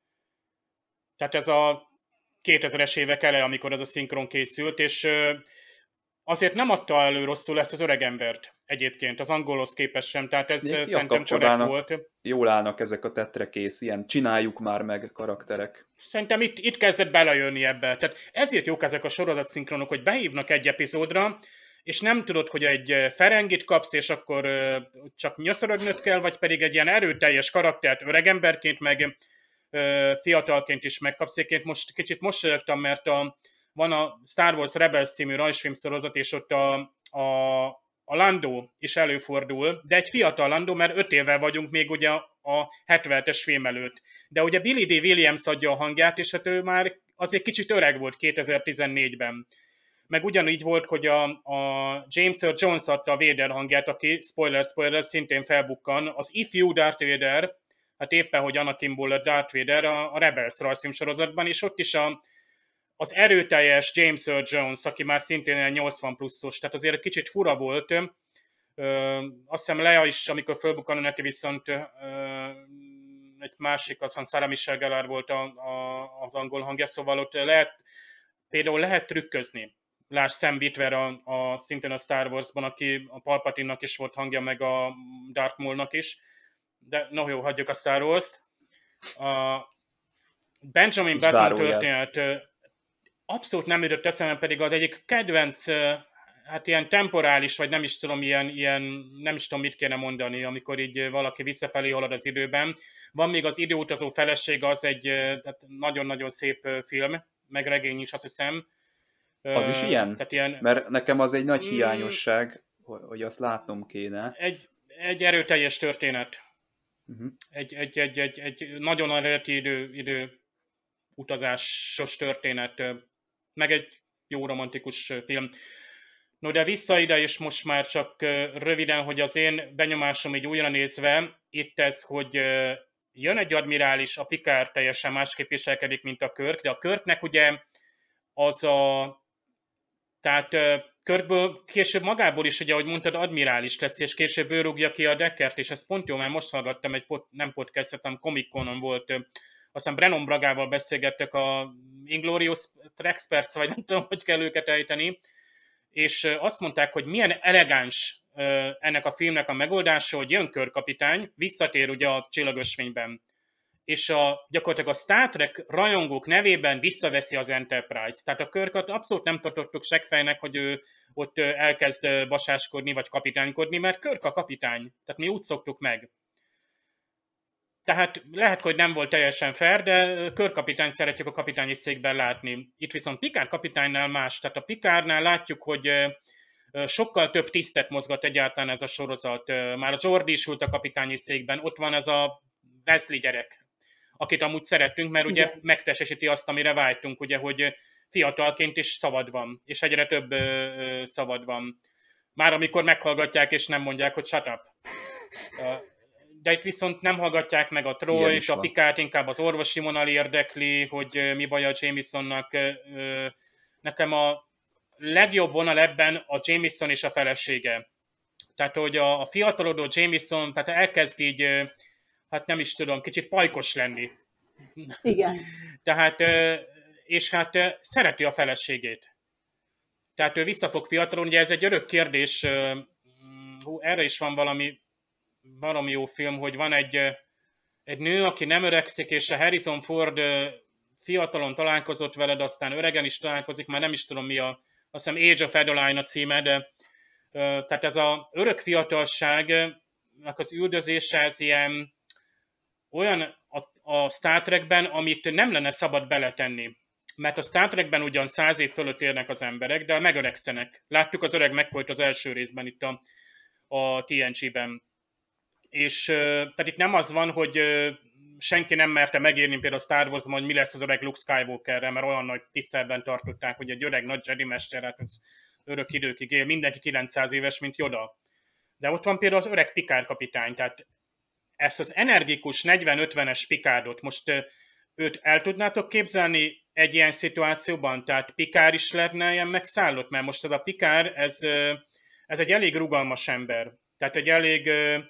Tehát ez a kétezres évek eleje, amikor ez a szinkron készült, és uh, azért nem adta elő rosszul ezt az öreg embert egyébként, az angolhoz képest sem, tehát ez Jakab szerintem korrekt volt. Jól állnak ezek a tetrekész, ilyen csináljuk már meg karakterek. Szerintem itt, itt kezdett belejönni ebbe. Tehát ezért jók ezek a sorozatszinkronok, hogy behívnak egy epizódra, és nem tudod, hogy egy Ferengit kapsz, és akkor csak nyöszörögnöd kell, vagy pedig egy ilyen erőteljes karaktert öregemberként, meg fiatalként is megkapsz. Egyébként most kicsit mosolyogtam, mert a van a Star Wars Rebels című rajzfilm sorozat, és ott a, a, a Lando is előfordul, de egy fiatal Lando, mert öt évvel vagyunk még ugye a hetvenhetes film előtt. De ugye Billy D. Williams adja a hangját, és hát ő már azért kicsit öreg volt kétezer-tizennégyben. Meg ugyanígy volt, hogy a, a James Earl Jones adta a Vader hangját, aki, spoiler, spoiler, szintén felbukkan. Az ifjú Darth Vader, hát éppen, hogy Anakinból lett Darth Vader a, a Rebels rajzfilm sorozatban, és ott is a az erőteljes James Earl Jones, aki már szintén nyolcvan pluszos, tehát azért kicsit fura volt. Ö, azt hiszem Lea is, amikor fölbukkan neki viszont ö, egy másik, azt hiszem Sarah Michelle Gellar volt a, a, az angol hangja, szóval ott lehet, például lehet trükközni. Lásd Sam Witwer a, a, szintén a Star Warsban, aki a Palpatine-nak is volt hangja, meg a Darth Maul-nak is. De no jó, hagyjuk a Star Wars-t. A Benjamin Button történet abszolút nem jutott eszembe, pedig az egyik kedvenc, hát ilyen temporális, vagy nem is tudom, ilyen, ilyen, nem is tudom, mit kéne mondani, amikor így valaki visszafelé halad az időben. Van még az Időutazó feleség, az egy tehát nagyon-nagyon szép film, meg regény is, azt hiszem. Az is ilyen? Tehát ilyen... Mert nekem az egy nagy hiányosság, mm, hogy azt látnom kéne. Egy, egy erőteljes történet. Uh-huh. Egy, egy, egy, egy, egy nagyon eredeti idő, idő utazásos történet, meg egy jó romantikus film. No, de vissza ide, és most már csak röviden, hogy az én benyomásom így újra nézve, itt ez, hogy jön egy admirális, a Picard teljesen másképp viselkedik, mint a Kirk, de a Kirknek ugye az a... Tehát Kirkből később magából is, ugye, ahogy mondtad, admirális lesz, és később ő rúgja ki a Deckert, és ez pont jó, mert most hallgattam egy pod, nem podcastet, hanem Comic-Conon volt, aztán Brennan Bragával beszélgettek a Inglorious Trexperts, vagy nem tudom, hogy kell őket ejteni, és azt mondták, hogy milyen elegáns ennek a filmnek a megoldása, hogy jön Kirk kapitány, visszatér ugye a Csillagösvényben, és a, gyakorlatilag a Star Trek rajongók nevében visszaveszi az Enterprise. Tehát a Kirköt abszolút nem tartottuk seggfejnek, hogy ő ott elkezd basáskodni, vagy kapitánykodni, mert Kirk a kapitány. Tehát mi úgy szoktuk meg. Tehát lehet, hogy nem volt teljesen fair, de Kirk kapitány szeretjük a kapitányi székben látni. Itt viszont Picard kapitánynál más. Tehát a Picardnál látjuk, hogy sokkal több tisztet mozgat egyáltalán ez a sorozat. Már a Geordi is ült a kapitányi székben, ott van ez a Wesley gyerek, akit amúgy szerettünk, mert ugye megtestesíti azt, amire vágytunk, ugye, hogy fiatalként is szabad van, és egyre több ö, szabad van. Már amikor meghallgatják, és nem mondják, hogy shut up. de itt viszont nem hallgatják meg a Troyt, a Picard inkább az orvosi vonal érdekli, hogy mi baj a Jamesonnak. Nekem a legjobb vonal ebben a Jameson és a felesége. Tehát, hogy a fiatalodó Jameson, tehát elkezd így, hát nem is tudom, kicsit pajkos lenni. Igen. Tehát, és hát szereti a feleségét. Tehát ő vissza fog fiatalon, ugye ez egy örök kérdés, hú, erre is van valami, valami jó film, hogy van egy, egy nő, aki nem öregszik, és a Harrison Ford fiatalon találkozott veled, aztán öregen is találkozik, már nem is tudom mi a, azt hiszem Age of Adeline a címe, de tehát ez az örök fiatalságnak az üldözése, ez ilyen olyan a, a Star Trekben, amit nem lenne szabad beletenni. Mert a Star Trekben ugyan száz év fölött érnek az emberek, de megöregszenek. Láttuk az öreg McCoyt az első részben itt a, a té en gé-ben. És tehát itt nem az van, hogy senki nem merte megírni például a Star Wars-ban, hogy mi lesz az öreg Luke Skywalkerrel, mert olyan nagy tiszteletben tartották, hogy egy öreg nagy Jedi mester, hát örök időkig él, mindenki kilencszáz éves, mint Yoda. De ott van például az öreg Picard kapitány, tehát ezt az energikus negyven-ötvenes Picardot most őt el tudnátok képzelni egy ilyen szituációban? Tehát Picard is lehetne ilyen megszállott? Mert most ez a Picard, ez, ez egy elég rugalmas ember. Tehát egy elég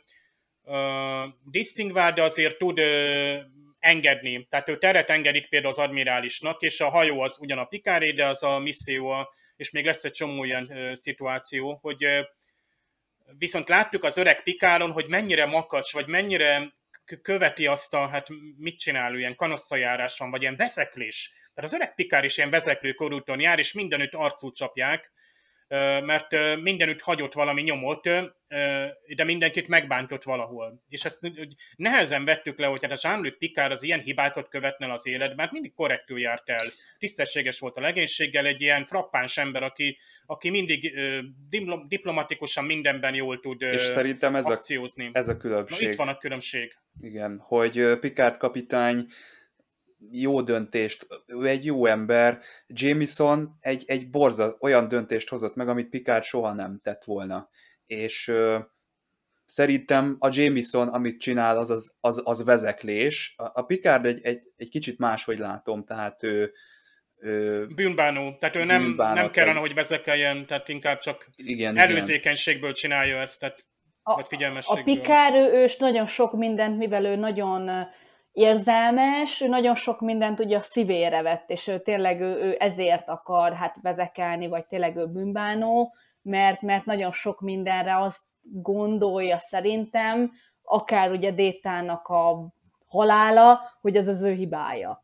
uh, disztingvált, de azért tud uh, engedni. Tehát ő teret engedik például az admirálisnak, és a hajó az ugyan a Picardé, de az a misszió, és még lesz egy csomó ilyen uh, szituáció, hogy uh, viszont láttuk az öreg Picardon, hogy mennyire makacs, vagy mennyire követi azt a, hát mit csinál, ilyen kanosszajárás van, vagy ilyen veszeklés. Tehát az öreg Picard is ilyen vezeklő körúton jár, és mindenütt arcul csapják, mert mindenütt hagyott valami nyomot, de mindenkit megbántott valahol. És ezt nehezen vettük le, hogy hát a Jean-Luc Picard az ilyen hibákat követne az életben, mert mindig korrektül járt el. Tisztességes volt a legénységgel, egy ilyen frappáns ember, aki, aki mindig diplomatikusan mindenben jól tud és szerintem ez akciózni. A, ez a különbség. Na, itt van a különbség. Igen, hogy Picard kapitány jó döntést, ő egy jó ember, Jameson egy, egy borza, olyan döntést hozott meg, amit Picard soha nem tett volna. És ö, szerintem a Jameson, amit csinál, az, az, az, az vezeklés. A, a Picard egy, egy, egy kicsit máshogy látom, tehát ő... ő bűnbánó, tehát ő nem, nem kellene, hogy vezekeljen, tehát inkább csak igen, előzékenységből igen. csinálja ezt, tehát a, vagy figyelmességből. A Picard, ő, ő nagyon sok mindent, mivel ő nagyon érzelmes, ő nagyon sok mindent ugye a szívére vett, és ő tényleg ő, ő ezért akar hát vezekelni, vagy tényleg ő bűnbánó, mert, mert nagyon sok mindenre azt gondolja szerintem, akár ugye Détának a halála, hogy az az ő hibája.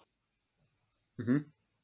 Uh-huh.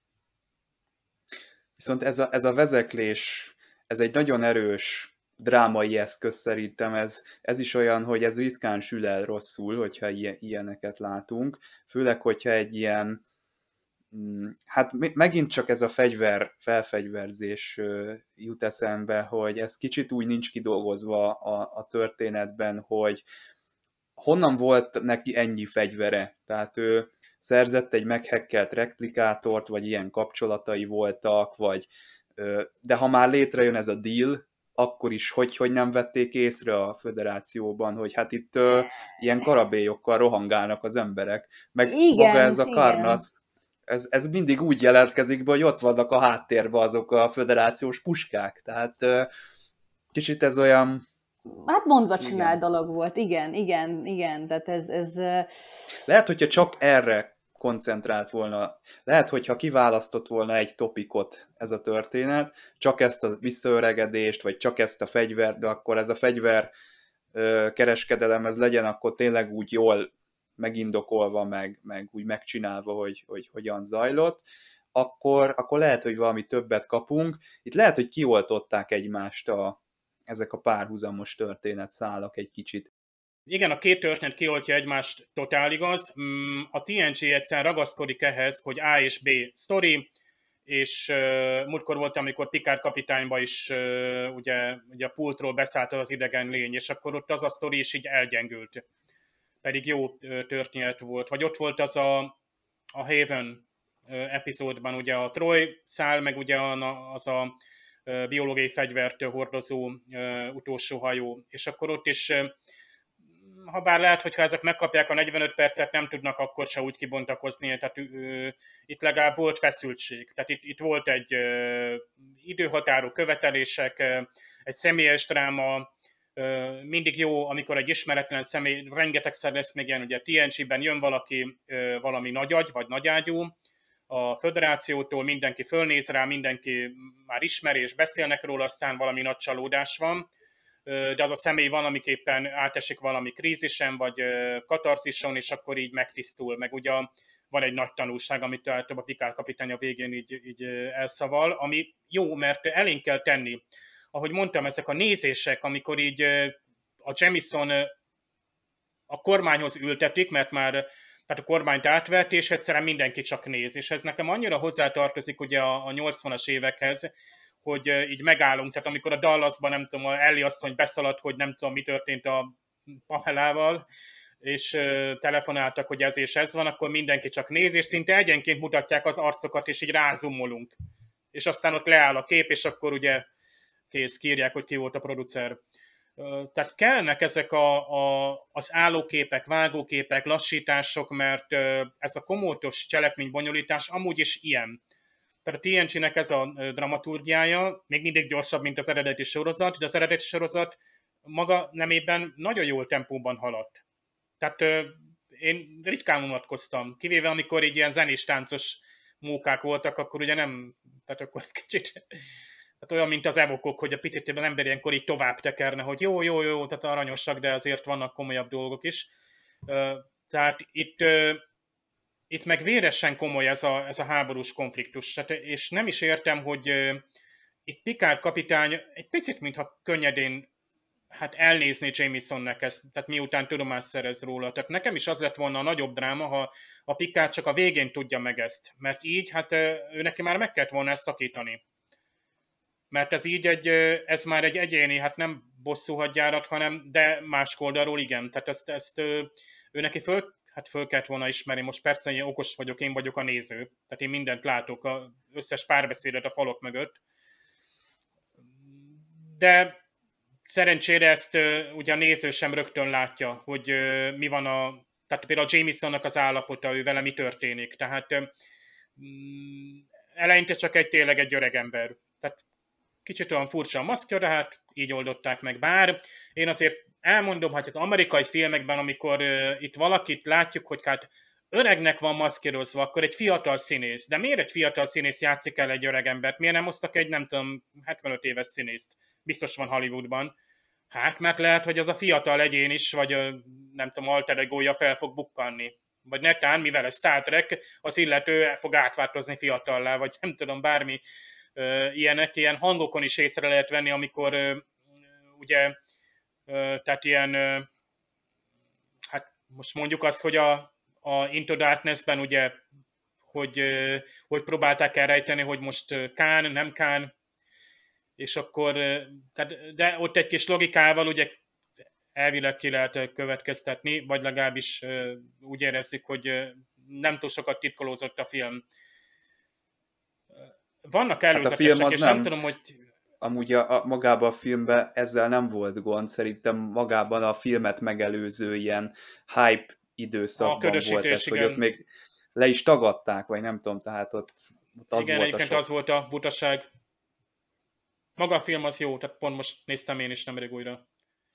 Viszont ez a, ez a vezeklés, ez egy nagyon erős drámai eszköz szerintem, ez, ez is olyan, hogy ez ritkán sül el rosszul, hogyha ilyen, ilyeneket látunk, főleg, hogyha egy ilyen, hát megint csak ez a fegyver, felfegyverzés jut eszembe, hogy ez kicsit úgy nincs kidolgozva a, a történetben, hogy honnan volt neki ennyi fegyvere, tehát ő szerzett egy meghekkelt replikátort, vagy ilyen kapcsolatai voltak, vagy, de ha már létrejön ez a deal, akkor is, hogy, hogy nem vették észre a föderációban, hogy hát itt uh, ilyen karabélyokkal rohangálnak az emberek. Meg igen, maga ez a Karnasz, ez, ez mindig úgy jelentkezik be, hogy ott vannak a háttérben azok a föderációs puskák. Tehát uh, kicsit ez olyan... Hát mondva csinál dolog volt, igen, igen, igen. Tehát ez... ez uh... Lehet, hogyha csak erre koncentrált volna. Lehet, hogyha kiválasztott volna egy topikot ez a történet, csak ezt a visszaöregedést, vagy csak ezt a fegyvert, de akkor ez a fegyver ö, kereskedelem ez legyen akkor tényleg úgy jól megindokolva, meg, meg úgy megcsinálva, hogy, hogy hogyan zajlott, akkor, akkor lehet, hogy valami többet kapunk. Itt lehet, hogy kioltották egymást a, ezek a párhuzamos történetszálak egy kicsit. Igen, a két történet kioltja egymást, totál igaz. A té en gé egyszerűen ragaszkodik ehhez, hogy A és B sztori, és uh, múltkor volt, amikor Picard kapitányba is uh, ugye, ugye a pultról beszállt az idegen lény, és akkor ott az a sztori is így elgyengült. Pedig jó uh, történet volt. Vagy ott volt az a, a Haven uh, epizódban, ugye a Troy száll, meg ugye az a uh, biológiai fegyvert hordozó uh, utolsó hajó, és akkor ott is uh, ha bár lehet, hogyha ezek megkapják a negyvenöt percet, nem tudnak akkor se úgy kibontakozni, tehát ö, itt legalább volt feszültség. Tehát itt, itt volt egy ö, időhatárú követelések, ö, egy személyes dráma, ö, mindig jó, amikor egy ismeretlen személy, rengetegszer lesz még ilyen, ugye té en gé-ben jön valaki, ö, valami nagyagy, vagy nagyágyú, a föderációtól mindenki fölnéz rá, mindenki már ismeri és beszélnek róla, aztán valami nagy csalódás van, de az a személy valamiképpen átesik valami krízisen, vagy katarzison, és akkor így megtisztul, meg ugye van egy nagy tanulság, amit több a Picard kapitány a végén így, így elszaval, ami jó, mert elénk kell tenni. Ahogy mondtam, ezek a nézések, amikor így a Jemison a kormányhoz ültetik, mert már tehát a kormányt átvett, és egyszerűen mindenki csak néz. És ez nekem annyira hozzátartozik ugye a, a nyolcvanas évekhez, hogy így megállunk. Tehát amikor a Dallasban, nem tudom, a Ellie asszony beszaladt, hogy nem tudom, mi történt a Pamelával, és telefonáltak, hogy ez és ez van, akkor mindenki csak néz, és szinte egyenként mutatják az arcokat, és így rázumolunk. És aztán ott leáll a kép, és akkor ugye kész, kiírják, hogy ki volt a producer. Tehát kellnek ezek a, a, az állóképek, vágóképek, lassítások, mert ez a komótos cselekménybonyolítás amúgy is ilyen. Tehát a té en gé-nek ez a dramaturgiája még mindig gyorsabb, mint az eredeti sorozat, de az eredeti sorozat maga nemében nagyon jól tempóban haladt. Tehát én ritkán unatkoztam, kivéve amikor így ilyen zenés-táncos mókák voltak, akkor ugye nem, tehát akkor kicsit... Tehát olyan, mint az evokok, hogy a picit az ember ilyenkor így tovább tekerne, hogy jó, jó, jó, tehát aranyosak, de azért vannak komolyabb dolgok is. Tehát itt, itt meg véresen komoly ez a, ez a háborús konfliktus. Tehát, és nem is értem, hogy itt Picard kapitány egy picit, mintha könnyedén hát elnézni Jamesonnek ezt, tehát miután tudomást szerez róla. Tehát nekem is az lett volna a nagyobb dráma, ha a Picard csak a végén tudja meg ezt. Mert így, hát ő neki már meg kellett volna ezt szakítani. Mert ez így egy, ez már egy egyéni, hát nem bosszúhadjárat, hanem, de más oldalról igen. Tehát ezt, ezt ő, ő neki föl, hát föl kellett volna ismerni. Most persze én okos vagyok, én vagyok a néző. Tehát én mindent látok, az összes párbeszédet a falok mögött. De szerencsére ezt ugye a néző sem rögtön látja, hogy mi van a... Tehát például a Jamesonnak az állapota, ő vele mi történik. Tehát eleinte csak egy tényleg egy öreg ember. Tehát kicsit olyan furcsa a maszkja, de hát így oldották meg. Bár én azért elmondom, hogy az amerikai filmekben, amikor uh, itt valakit látjuk, hogy hát öregnek van maszkírozva, akkor egy fiatal színész. De miért egy fiatal színész játszik el egy öreg embert? Miért nem hoztak egy, nem tudom, hetvenöt éves színészt? Biztos van Hollywoodban. Hát, mert lehet, hogy az a fiatal egyén is, vagy uh, nem tudom, alter egója fel fog bukkanni. Vagy netán, mivel ez Star Trek, az illető fog átváltozni fiatallá, vagy nem tudom, bármi. Uh, ilyenek, ilyen hangokon is észre lehet venni, amikor uh, ugye, uh, tehát ilyen, uh, hát most mondjuk azt, hogy a, a Into Darkness-ben ugye, hogy, uh, hogy próbálták elrejteni, hogy most uh, Khan, nem Khan, és akkor, uh, tehát, de ott egy kis logikával ugye elvileg ki lehet következtetni, vagy legalábbis uh, úgy érezzük, hogy uh, nem túl sokat titkolózott a film. Vannak előzetesek, hát és nem, nem tudom, hogy... Amúgy a, a, magában a filmben ezzel nem volt gond, szerintem magában a filmet megelőző ilyen hype időszakban volt ez, igen. Hogy ott még le is tagadták, vagy nem tudom, tehát ott, ott az igen, volt a sok. Az volt a butaság. Maga a film az jó, tehát pont most néztem én is nemrég újra.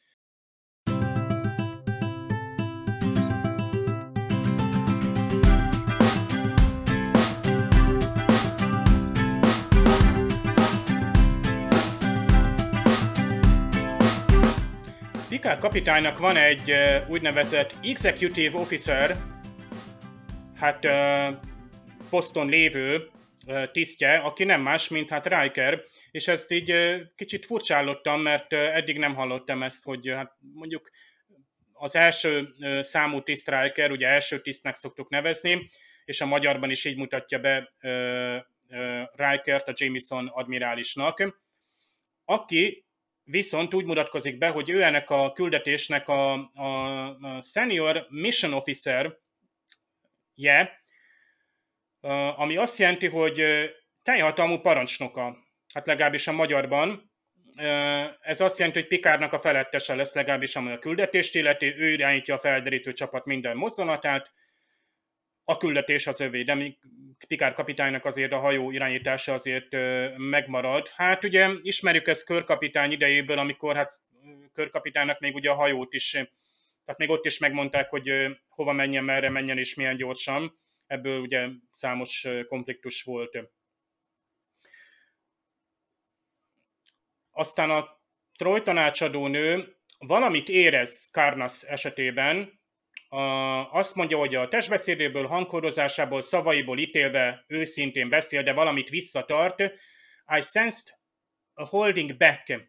Picard kapitánynak van egy uh, úgynevezett Executive Officer, hát uh, poszton lévő uh, tisztje, aki nem más, mint hát Riker, és ezt így uh, kicsit furcsállottam, mert uh, eddig nem hallottam ezt, hogy uh, hát mondjuk az első uh, számú tiszt Riker, ugye első tisztnek szoktuk nevezni, és a magyarban is így mutatja be uh, uh, Rikert, a Jameson admirálisnak, aki viszont úgy mutatkozik be, hogy ő ennek a küldetésnek a, a, a Senior Mission Officer, yeah, ami azt jelenti, hogy teljhatalmú parancsnoka. Hát legalábbis a magyarban. Ez azt jelenti, hogy Picardnak a felettese lesz, legalábbis ami a küldetést illeti, ő irányítja a felderítő csapat minden mozdulatát, a küldetés az övé, de Picard kapitánynak azért a hajó irányítása azért megmarad. Hát ugye ismerjük ezt Körkapitány idejéből, amikor hát Körkapitánynak még ugye a hajót is, tehát még ott is megmondták, hogy hova menjen, merre menjen és milyen gyorsan. Ebből ugye számos konfliktus volt. Aztán a Troj tanácsadónő valamit érez Karnasz esetében, azt mondja, hogy a testbeszédéből, hangkorozásából, szavaiból ítélve őszintén beszél, de valamit visszatart. I sensed a holding back.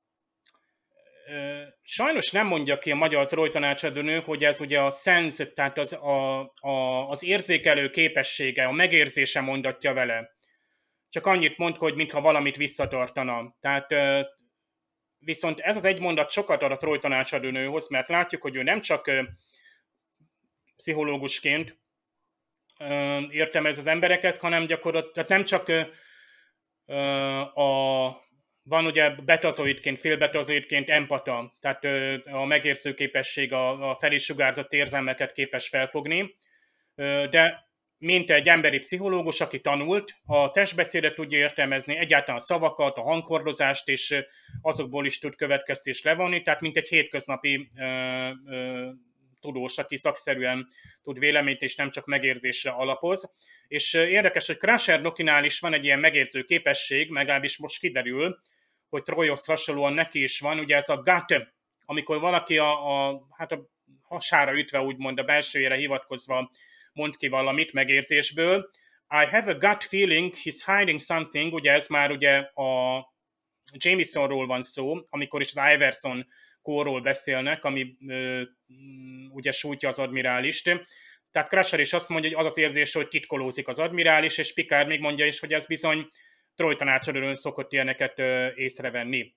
Sajnos nem mondja ki a magyar Troj tanácsadónő, hogy ez ugye a sense, tehát az, a, a, az érzékelő képessége, a megérzése mondatja vele. Csak annyit mond, hogy mintha valamit visszatartana. Tehát viszont ez az egy mondat sokat ad a Troj tanácsadónőhoz, mert látjuk, hogy ő nem csak pszichológusként értelmez az embereket, hanem gyakorlatilag tehát nem csak a, van ugye betazoidként, félbetazoidként empata, tehát a megérző képesség, a, a felisugárzott érzelmeket képes felfogni, de mint egy emberi pszichológus, aki tanult, a testbeszédet tudja értelmezni, egyáltalán a szavakat, a hangkordozást, és azokból is tud következtést levonni, tehát mint egy hétköznapi ö, ö, tudós, aki szakszerűen tud véleményt, és nem csak megérzésre alapoz. És érdekes, hogy Crusher Lokinál is van egy ilyen megérző képesség, legalábbis most kiderül, hogy Trojhoz hasonlóan neki is van, ugye ez a gut, amikor valaki a, a, hát a hasára ütve, úgymond a belsőjére hivatkozva mond ki valamit megérzésből. I have a gut feeling he's hiding something, ugye ez már ugye a Jamesonról van szó, amikor is az Iverson kórról beszélnek, ami ö, ugye sújtja az admirálist. Tehát Crusher is azt mondja, hogy az az érzés, hogy titkolózik az admirális, és Picard még mondja is, hogy ez bizony Troj tanácsadónő szokott ilyeneket ö, észrevenni.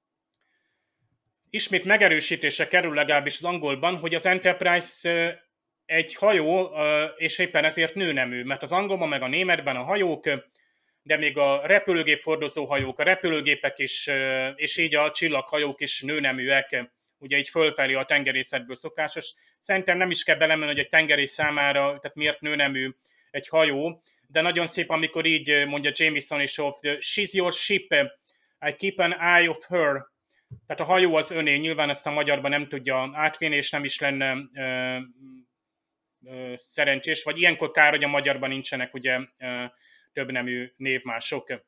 Ismét megerősítése kerül legalábbis az angolban, hogy az Enterprise ö, egy hajó, ö, és éppen ezért nőnemű, mert az angolban meg a németben a hajók, de még a repülőgép hordozó hajók, a repülőgépek is, és így a csillaghajók is nőneműek, ugye így fölfelé a tengerészetből szokásos. Szerintem nem is kell belemenni, hogy egy tengerész számára, tehát miért nőnemű egy hajó, de nagyon szép, amikor így mondja Jameson is, of the, she's your ship, I keep an eye of her. Tehát a hajó az öné, nyilván ezt a magyarban nem tudja átvinni, és nem is lenne ö, ö, szerencsés, vagy ilyenkor kár, hogy a magyarban nincsenek ugye ö, többnemű névmások.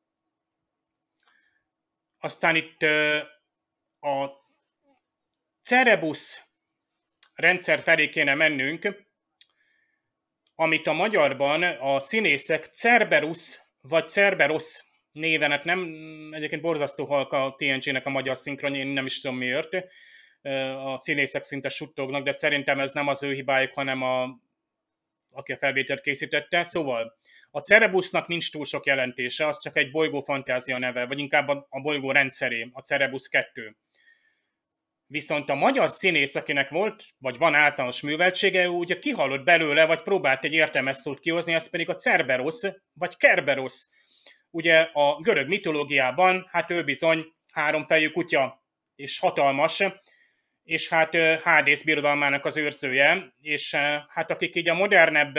Aztán itt a Cerebus rendszer felé kéne mennünk, amit a magyarban a színészek Cerberus vagy Cerberus néven, hát nem, egyébként borzasztó halk a té en gé-nek a magyar szinkronja, én nem is tudom miért, a színészek szinte suttognak, de szerintem ez nem az ő hibájuk, hanem a, aki a felvételt készítette. Szóval a Cerebusnak nincs túl sok jelentése, az csak egy bolygó fantázia neve, vagy inkább a bolygó rendszeré, a Cerebus kettő. Viszont a magyar színész, akinek volt, vagy van általános műveltsége, ugye kihallott belőle, vagy próbált egy értelmes szót kihozni, ez pedig a Cerberus, vagy Kerberos. Ugye a görög mitológiában, hát ő bizony háromfejű kutya, és hatalmas, és hát Hádész birodalmának az őrzője, és hát akik így a modernebb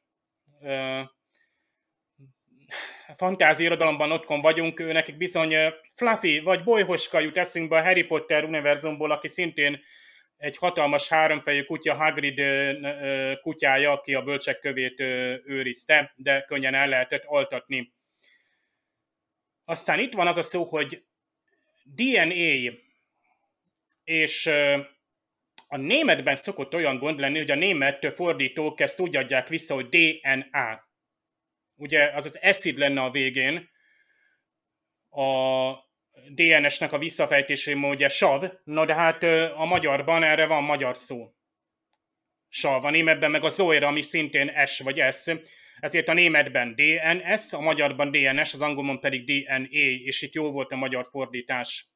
fantázi irodalomban otthon vagyunk, ő nekik bizony Fluffy vagy Bolyhoska jut eszünkbe a Harry Potter univerzumból, aki szintén egy hatalmas háromfejű kutya, Hagrid kutyája, aki a bölcsek kövét őrizte, de könnyen el lehetett altatni. Aztán itt van az a szó, hogy dé en á, és a németben szokott olyan gond lenni, hogy a német fordítók ezt úgy adják vissza, hogy dé en á. Ugye az az acid lenne a végén, a dé en es-nek a visszafejtésében ugye sav, no de hát a magyarban erre van magyar szó. Sav, a németben meg a zoira, ami szintén S vagy S, ezért a németben dé en es, a magyarban dé en es, az angolban pedig dé en á, és itt jó volt a magyar fordítás.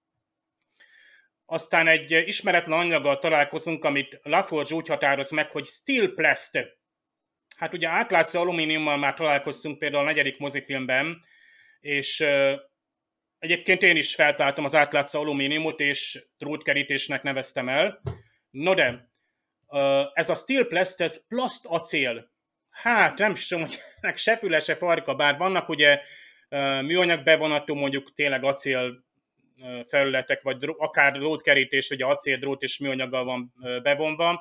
Aztán egy ismeretlen anyaggal találkozunk, amit Laforge úgy határoz meg, hogy steel plast. Hát ugye átlátszó alumíniummal már találkoztunk például a negyedik mozifilmben, és Egyébként én is feltáltam az átlátszó alumíniumot, és drótkerítésnek neveztem el. No de, ez a steel plast, ez plastacél. Hát nem tudom, hogy se füle, se farka, bár vannak ugye műanyag bevonatú, mondjuk tényleg acél felületek, vagy akár drótkerítés, ugye acél, drót és műanyaggal van bevonva.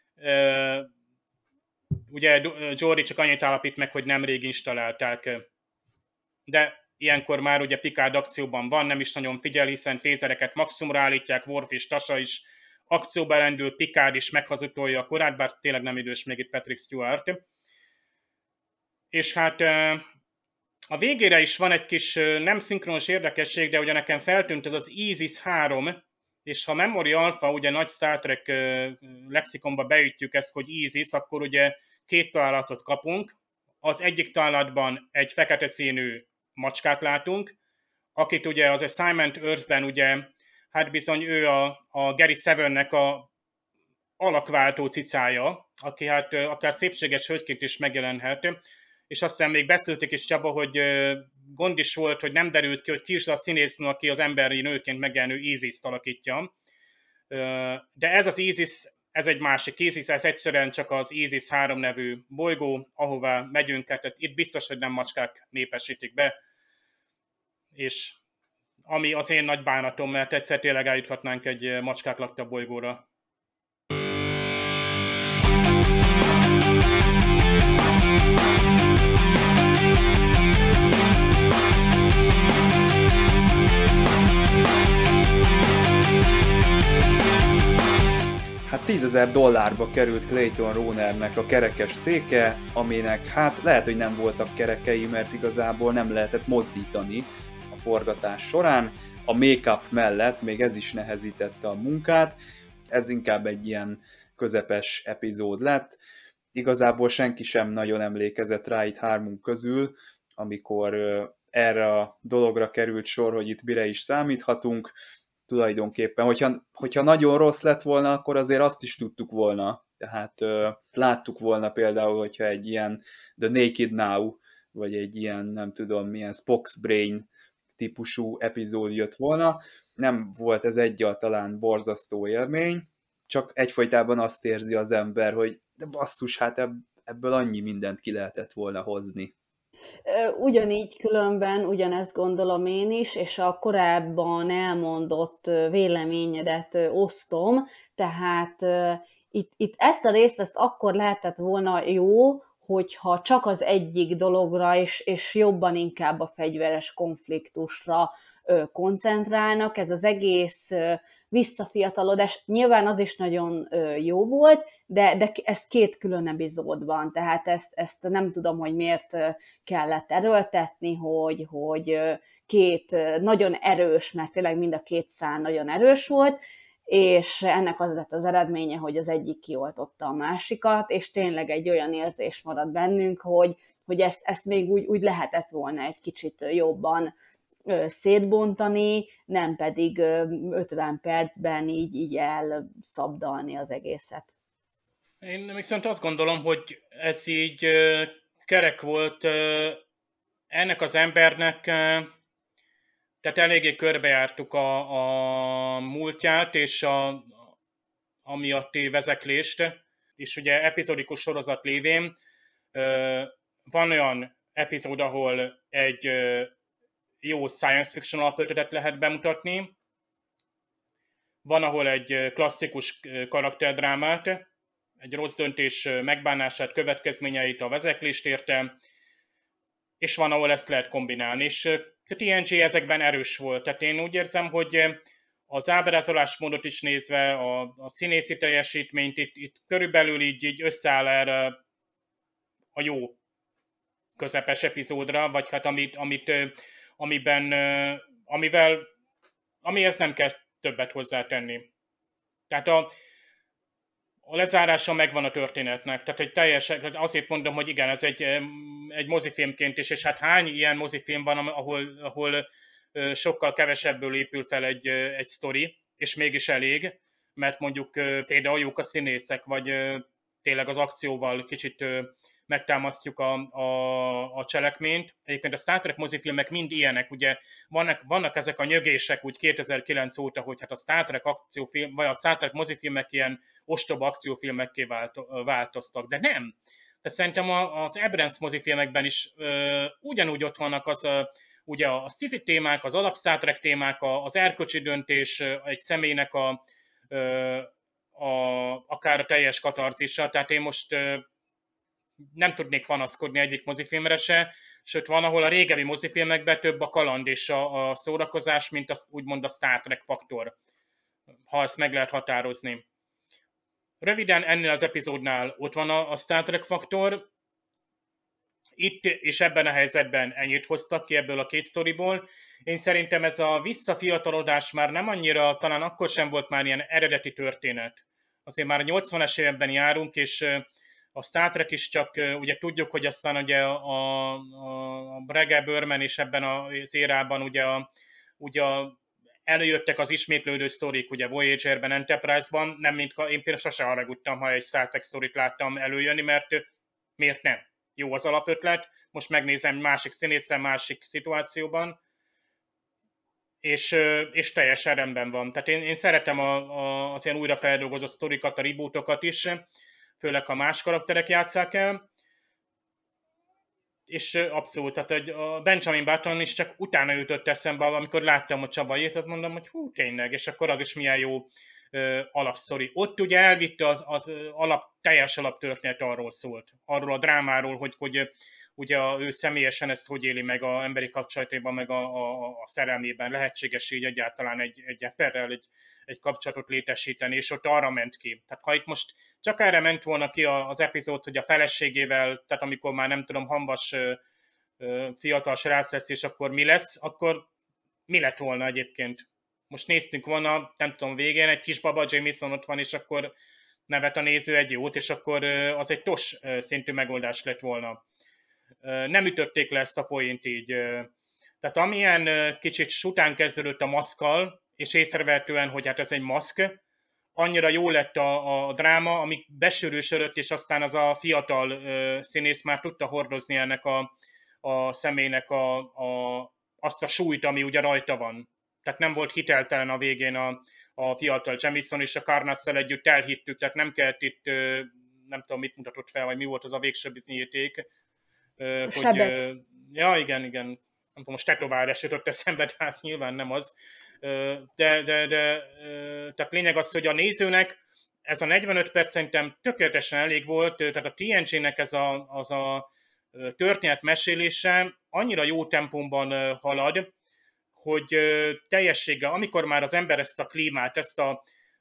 Ugye Jory csak annyit állapít meg, hogy nemrég installálták, de ilyenkor már ugye Picard akcióban van, nem is nagyon figyel, hiszen fézereket maximumra állítják, Worf és Tasha is akcióba rendül, Picard is meghazudtolja a korát, bár tényleg nem idős még itt Patrick Stewart. És hát a végére is van egy kis nem szinkronos érdekesség, de ugye nekem feltűnt ez az Isis három, és ha Memory Alpha, ugye nagy Star Trek lexikonba beütjük ezt, hogy Isis, akkor ugye két találatot kapunk. Az egyik találatban egy fekete színű macskát látunk, akit ugye az Assignment Earth-ben ugye, hát bizony ő a, a Gary Sevennek a alakváltó cicája, aki hát akár szépséges hölgyként is megjelenhet, és azt hiszem még beszélték is Csaba, hogy gond is volt, hogy nem derült ki, hogy ki is a színésznő, aki az emberi nőként megjelenő Isis-t alakítja. De ez az Isis, ez egy másik Isis, ez egyszerűen csak az Isis három nevű bolygó, ahová megyünk, tehát itt biztos, hogy nem macskák népesítik be, és ami az én nagy bánatom, mert egyszer tényleg eljuthatnánk egy macskák lakta bolygóra. Hát tízezer dollárba került Clayton Rohnernek a kerekes széke, aminek hát lehet, hogy nem voltak kerekei, mert igazából nem lehetett mozdítani a forgatás során. A make-up mellett még ez is nehezítette a munkát, ez inkább egy ilyen közepes epizód lett. Igazából senki sem nagyon emlékezett rá itt hármunk közül, amikor erre a dologra került sor, hogy itt mire is számíthatunk. Tulajdonképpen, hogyha, hogyha nagyon rossz lett volna, akkor azért azt is tudtuk volna. Tehát ö, láttuk volna például, hogyha egy ilyen The Naked Now, vagy egy ilyen, nem tudom, milyen Spock's Brain típusú epizód jött volna. Nem volt ez egyáltalán borzasztó élmény, csak egyfajtában azt érzi az ember, hogy de basszus, hát ebből annyi mindent ki lehetett volna hozni. Ugyanígy különben, ugyanezt gondolom én is, és a korábban elmondott véleményedet osztom, tehát itt, itt ezt a részt ezt akkor lehetett volna jó, hogyha csak az egyik dologra, és, és jobban inkább a fegyveres konfliktusra koncentrálnak. Ez az egész visszafiatalodás, nyilván az is nagyon jó volt, de, de ez két külön epizódban, tehát ezt, ezt nem tudom, hogy miért kellett erőltetni, hogy, hogy két nagyon erős, mert tényleg mind a két szál nagyon erős volt, és ennek az lett az eredménye, hogy az egyik kioltotta a másikat, és tényleg egy olyan érzés marad bennünk, hogy, hogy ezt, ezt még úgy, úgy lehetett volna egy kicsit jobban szétbontani, nem pedig ötven percben így, így elszabdalni az egészet. Én viszont azt gondolom, hogy ez így kerek volt ennek az embernek, tehát eléggé körbejártuk a, a múltját és a, a miatti vezeklést, és ugye epizódikus sorozat lévén van olyan epizód, ahol egy jó science fiction alapötletet lehet bemutatni, van, ahol egy klasszikus karakterdrámát, egy rossz döntés megbánását, következményeit, a vezeklést érte, és van, ahol ezt lehet kombinálni. És a té en gé ezekben erős volt. Tehát én úgy érzem, hogy az ábrázolásmódot is nézve, a, a színészi teljesítményt itt, itt körülbelül így, így összeáll erre a jó közepes epizódra, vagy hát amit, amit, amiben, amivel, amihez nem kell többet hozzátenni. Tehát a A lezárása megvan a történetnek, tehát egy teljes, azért mondom, hogy igen, ez egy, egy mozifilmként is, és hát hány ilyen mozifilm van, ahol, ahol sokkal kevesebből épül fel egy, egy sztori, és mégis elég, mert mondjuk például jók a színészek, vagy tényleg az akcióval kicsit megtámasztjuk a, a, a cselekményt. Egyébként a Star Trek mozifilmek mind ilyenek, ugye vannak, vannak ezek a nyögések úgy kétezer-kilenc óta, hogy hát a Star Trek akciófilm, vagy a Star Trek mozifilmek ilyen ostoba akciófilmekké vált, változtak, de nem. Tehát szerintem az Abrams mozifilmekben is ö, ugyanúgy ott vannak az a, ugye a sci-fi témák, az alap Star Trek témák, az erkölcsi döntés, egy személynek a, a, akár a teljes katarzisa. Tehát én most nem tudnék panaszkodni egyik mozifilmre se, sőt van, ahol a régebbi mozifilmekben több a kaland és a, a szórakozás, mint az, úgymond a Star Trek faktor, ha ezt meg lehet határozni. Röviden ennél az epizódnál ott van a, a Star Trek faktor. Itt és ebben a helyzetben ennyit hoztak ki ebből a két sztoriból. Én szerintem ez a visszafiatalodás már nem annyira, talán akkor sem volt már ilyen eredeti történet. Azért már a nyolcvanas években járunk, és a Star Trek is csak, ugye tudjuk, hogy aztán ugye a, a Brege Berman és ebben az érában ugye, a, ugye a, előjöttek az ismétlődő sztorik, ugye Voyager-ben, Enterprise-ban, nem mint én például sose haragudtam, ha egy Star Trek sztorit láttam előjönni, mert miért nem? Jó az alapötlet, most megnézem másik színészen, másik szituációban, és, és teljesen rendben van. Tehát én, én szeretem a, a, az ilyen újrafeldolgozott sztorikat, a rebootokat is, főleg ha más karakterek játsszák el, és abszolút, tehát a Benjamin Button is csak utána jutott eszembe, amikor láttam a Csaba írt, mondom, hogy hú, tényleg, és akkor az is milyen jó uh, alapsztori. Ott ugye elvitte az, az alap, teljes alaptörténet arról szólt, arról a drámáról, hogy, hogy ugye ő személyesen ezt hogy éli meg az emberi kapcsolatében, meg a, a, a szerelmében, lehetséges így egyáltalán egy, egy emberrel egy, egy kapcsolatot létesíteni, és ott arra ment ki. Tehát ha itt most csak erre ment volna ki az epizód, hogy a feleségével, tehát amikor már nem tudom, hamvas fiatal srác lesz, és akkor mi lesz, akkor mi lett volna egyébként? Most néztünk volna, nem tudom, végén egy kisbaba, Jameson ott van, és akkor nevet a néző egy jót, és akkor az egy tos szintű megoldás lett volna. Nem ütötték le ezt a poént így. Tehát amilyen kicsit sután kezdődött a maszkkal, és észrevehetően, hogy hát ez egy maszk, annyira jó lett a, a dráma, ami besűrűsödött, és aztán az a fiatal uh, színész már tudta hordozni ennek a, a személynek a, a, azt a súlyt, ami ugye rajta van. Tehát nem volt hiteltelen a végén a, a fiatal Jamison, és a Carnasszel együtt elhittük, tehát nem kellett itt, uh, nem tudom, mit mutatott fel, vagy mi volt az a végső bizonyíték. Uh, hogy, uh, ja, igen, igen. Nem tudom, most tetoválás jutott eszembe, tehát nyilván nem az. De, de, de tehát lényeg az, hogy a nézőnek ez a negyvenöt perc szerintem tökéletesen elég volt, tehát a té en gé-nek ez a, az a történet mesélése annyira jó tempóban halad, hogy teljességgel, amikor már az ember ezt a klímát, ezt a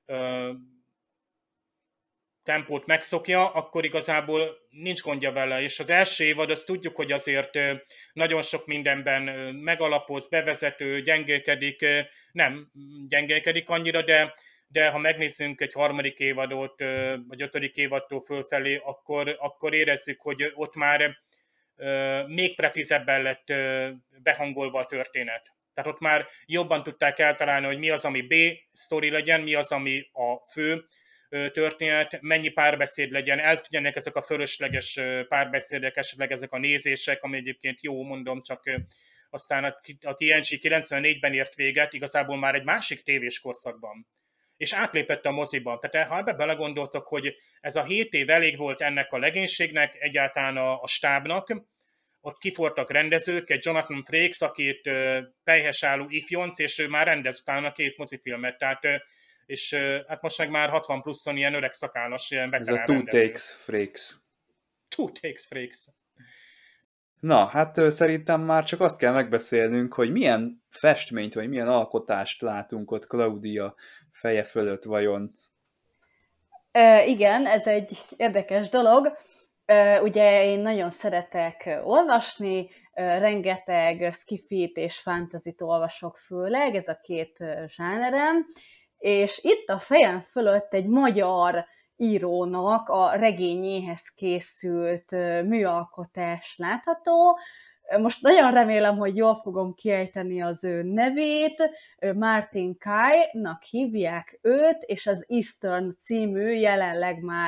tempót megszokja, akkor igazából nincs gondja vele, és az első évad, azt tudjuk, hogy azért nagyon sok mindenben megalapoz, bevezető, gyengélkedik, nem gyengélkedik annyira, de, de ha megnézzünk egy harmadik évadot, vagy ötödik évadtól fölfelé, akkor, akkor érezzük, hogy ott már még precízebben lett behangolva a történet. Tehát ott már jobban tudták eltalálni, hogy mi az, ami B-sztori legyen, mi az, ami a fő történet, mennyi párbeszéd legyen, el tudjanak ezek a fölösleges párbeszédek, esetleg ezek a nézések, ami egyébként jó, mondom, csak aztán a té en gé kilencvennégyben ért véget, igazából már egy másik tévés korszakban. És átlépett a moziba. Tehát ha ebbe belegondoltok, hogy ez a hét év elég volt ennek a legénységnek, egyáltalán a, a stábnak, ott kifortak rendezők, egy Jonathan Frakes, akit pelyhes álló ifjonc, és ő már rendez utána két mozifilmet, tehát és hát most meg már hatvan pluszon ilyen öreg szakállas, ilyen veterán Ez a Two rendező. Takes Frakes. Two Takes Frakes. Na, hát szerintem már csak azt kell megbeszélnünk, hogy milyen festményt, vagy milyen alkotást látunk ott Claudia feje fölött vajon. Ö, igen, ez egy érdekes dolog. Ö, ugye én nagyon szeretek olvasni, ö, rengeteg skifit és fantasyt olvasok főleg, ez a két zsánerem, és itt a fejem fölött egy magyar írónak a regényéhez készült műalkotás látható. Most nagyon remélem, hogy jól fogom kiejteni az ő nevét. Martin Kay-nak hívják őt, és az Eastern című, jelenleg már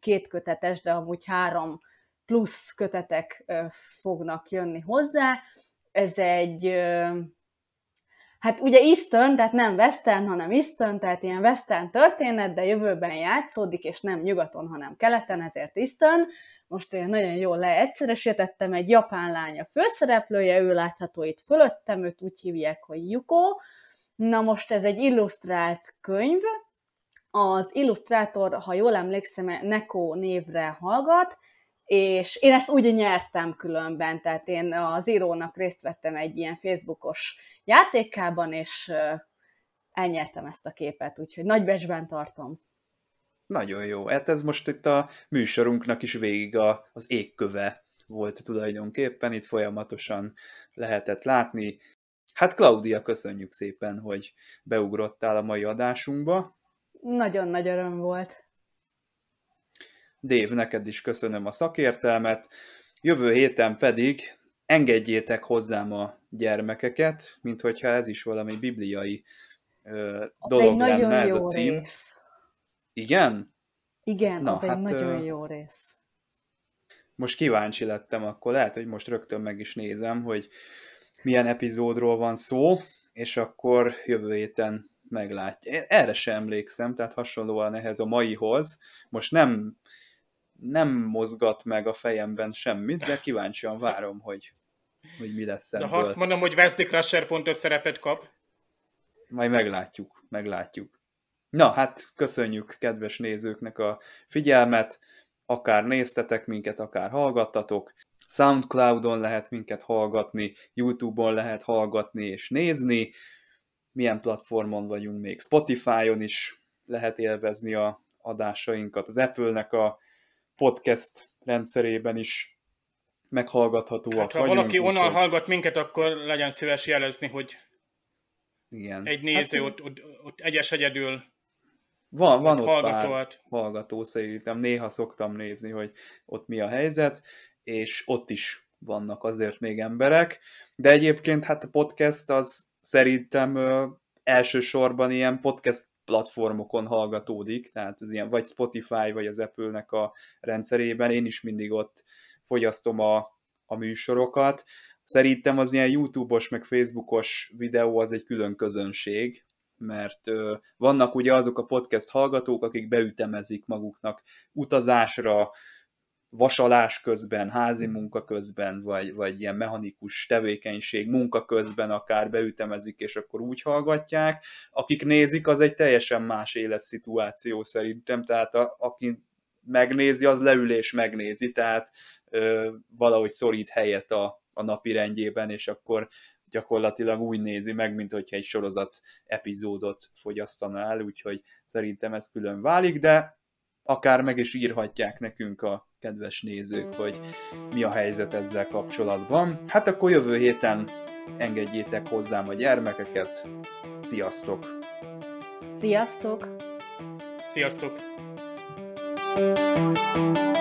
két kötetes, de amúgy három plusz kötetek fognak jönni hozzá. Ez egy, hát ugye Eastern, tehát nem Western, hanem Eastern, tehát ilyen Western történet, de jövőben játszódik, és nem nyugaton, hanem keleten, ezért Eastern. Most én nagyon jól leegyszeresítettem, egy japán lány a főszereplője, ő látható itt fölöttem, őt úgy hívják, hogy Yuko. Na most ez egy illusztrált könyv, az illusztrátor, ha jól emlékszem, Neko névre hallgat, és én ezt úgy nyertem különben, tehát én az írónak részt vettem egy ilyen Facebookos játékában, és elnyertem ezt a képet, úgyhogy nagy becsben tartom. Nagyon jó. Hát ez most itt a műsorunknak is végig a, az égköve volt tulajdonképpen, itt folyamatosan lehetett látni. Hát Claudia, köszönjük szépen, hogy beugrottál a mai adásunkba. Nagyon nagy öröm volt. Dave, neked is köszönöm a szakértelmet. Jövő héten pedig engedjétek hozzám a gyermekeket, mint hogyha ez is valami bibliai ö, dolog lenne ez a cím. Rész. Igen? Igen, Na, az hát, egy nagyon ö... jó rész. Most kíváncsi lettem, akkor lehet, hogy most rögtön meg is nézem, hogy milyen epizódról van szó, és akkor jövő héten meglátja. Én erre sem emlékszem, tehát hasonlóan ehhez a maihoz. Most nem, nem mozgat meg a fejemben semmit, de kíváncsian várom, hogy, hogy mi lesz ebből. De ha azt mondom, hogy Wesley Crusher fontos szerepet kap. Majd meglátjuk, meglátjuk. Na, hát köszönjük kedves nézőknek a figyelmet, akár néztetek minket, akár hallgattatok. Soundcloudon lehet minket hallgatni, YouTube-on lehet hallgatni és nézni. Milyen platformon vagyunk még? Spotify-on is lehet élvezni a adásainkat. Az Apple-nek a podcast rendszerében is meghallgathatóak hát, ha vagyunk. valaki onnan úgyhogy... hallgat minket, akkor legyen szíves jelezni, hogy igen. egy néző hát, ott, ott, ott egyes egyedül van, van ott hallgató, pár hát. hallgató, szerintem néha szoktam nézni, hogy ott mi a helyzet, és ott is vannak azért még emberek, de egyébként hát a podcast az szerintem ö, elsősorban ilyen podcast platformokon hallgatódik, tehát az ilyen vagy Spotify, vagy az Apple-nek a rendszerében, én is mindig ott fogyasztom a, a műsorokat. Szerintem az ilyen YouTube-os, meg Facebookos videó az egy külön közönség, mert ö, vannak ugye azok a podcast hallgatók, akik beütemezik maguknak utazásra, vasalás közben, házi munka közben, vagy, vagy ilyen mechanikus tevékenység munka közben akár beütemezik, és akkor úgy hallgatják. Akik nézik, az egy teljesen más életszituáció szerintem, tehát a, aki megnézi, az leül és megnézi, tehát ö, valahogy szorít helyet a, a napi rendjében, és akkor gyakorlatilag úgy nézi meg, mint hogyha egy sorozat epizódot fogyasztana el, úgyhogy szerintem ez külön válik, de akár meg is írhatják nekünk a kedves nézők, hogy mi a helyzet ezzel kapcsolatban. Hát akkor jövő héten engedjétek hozzám a gyermekeket. Sziasztok! Sziasztok! Sziasztok! Sziasztok!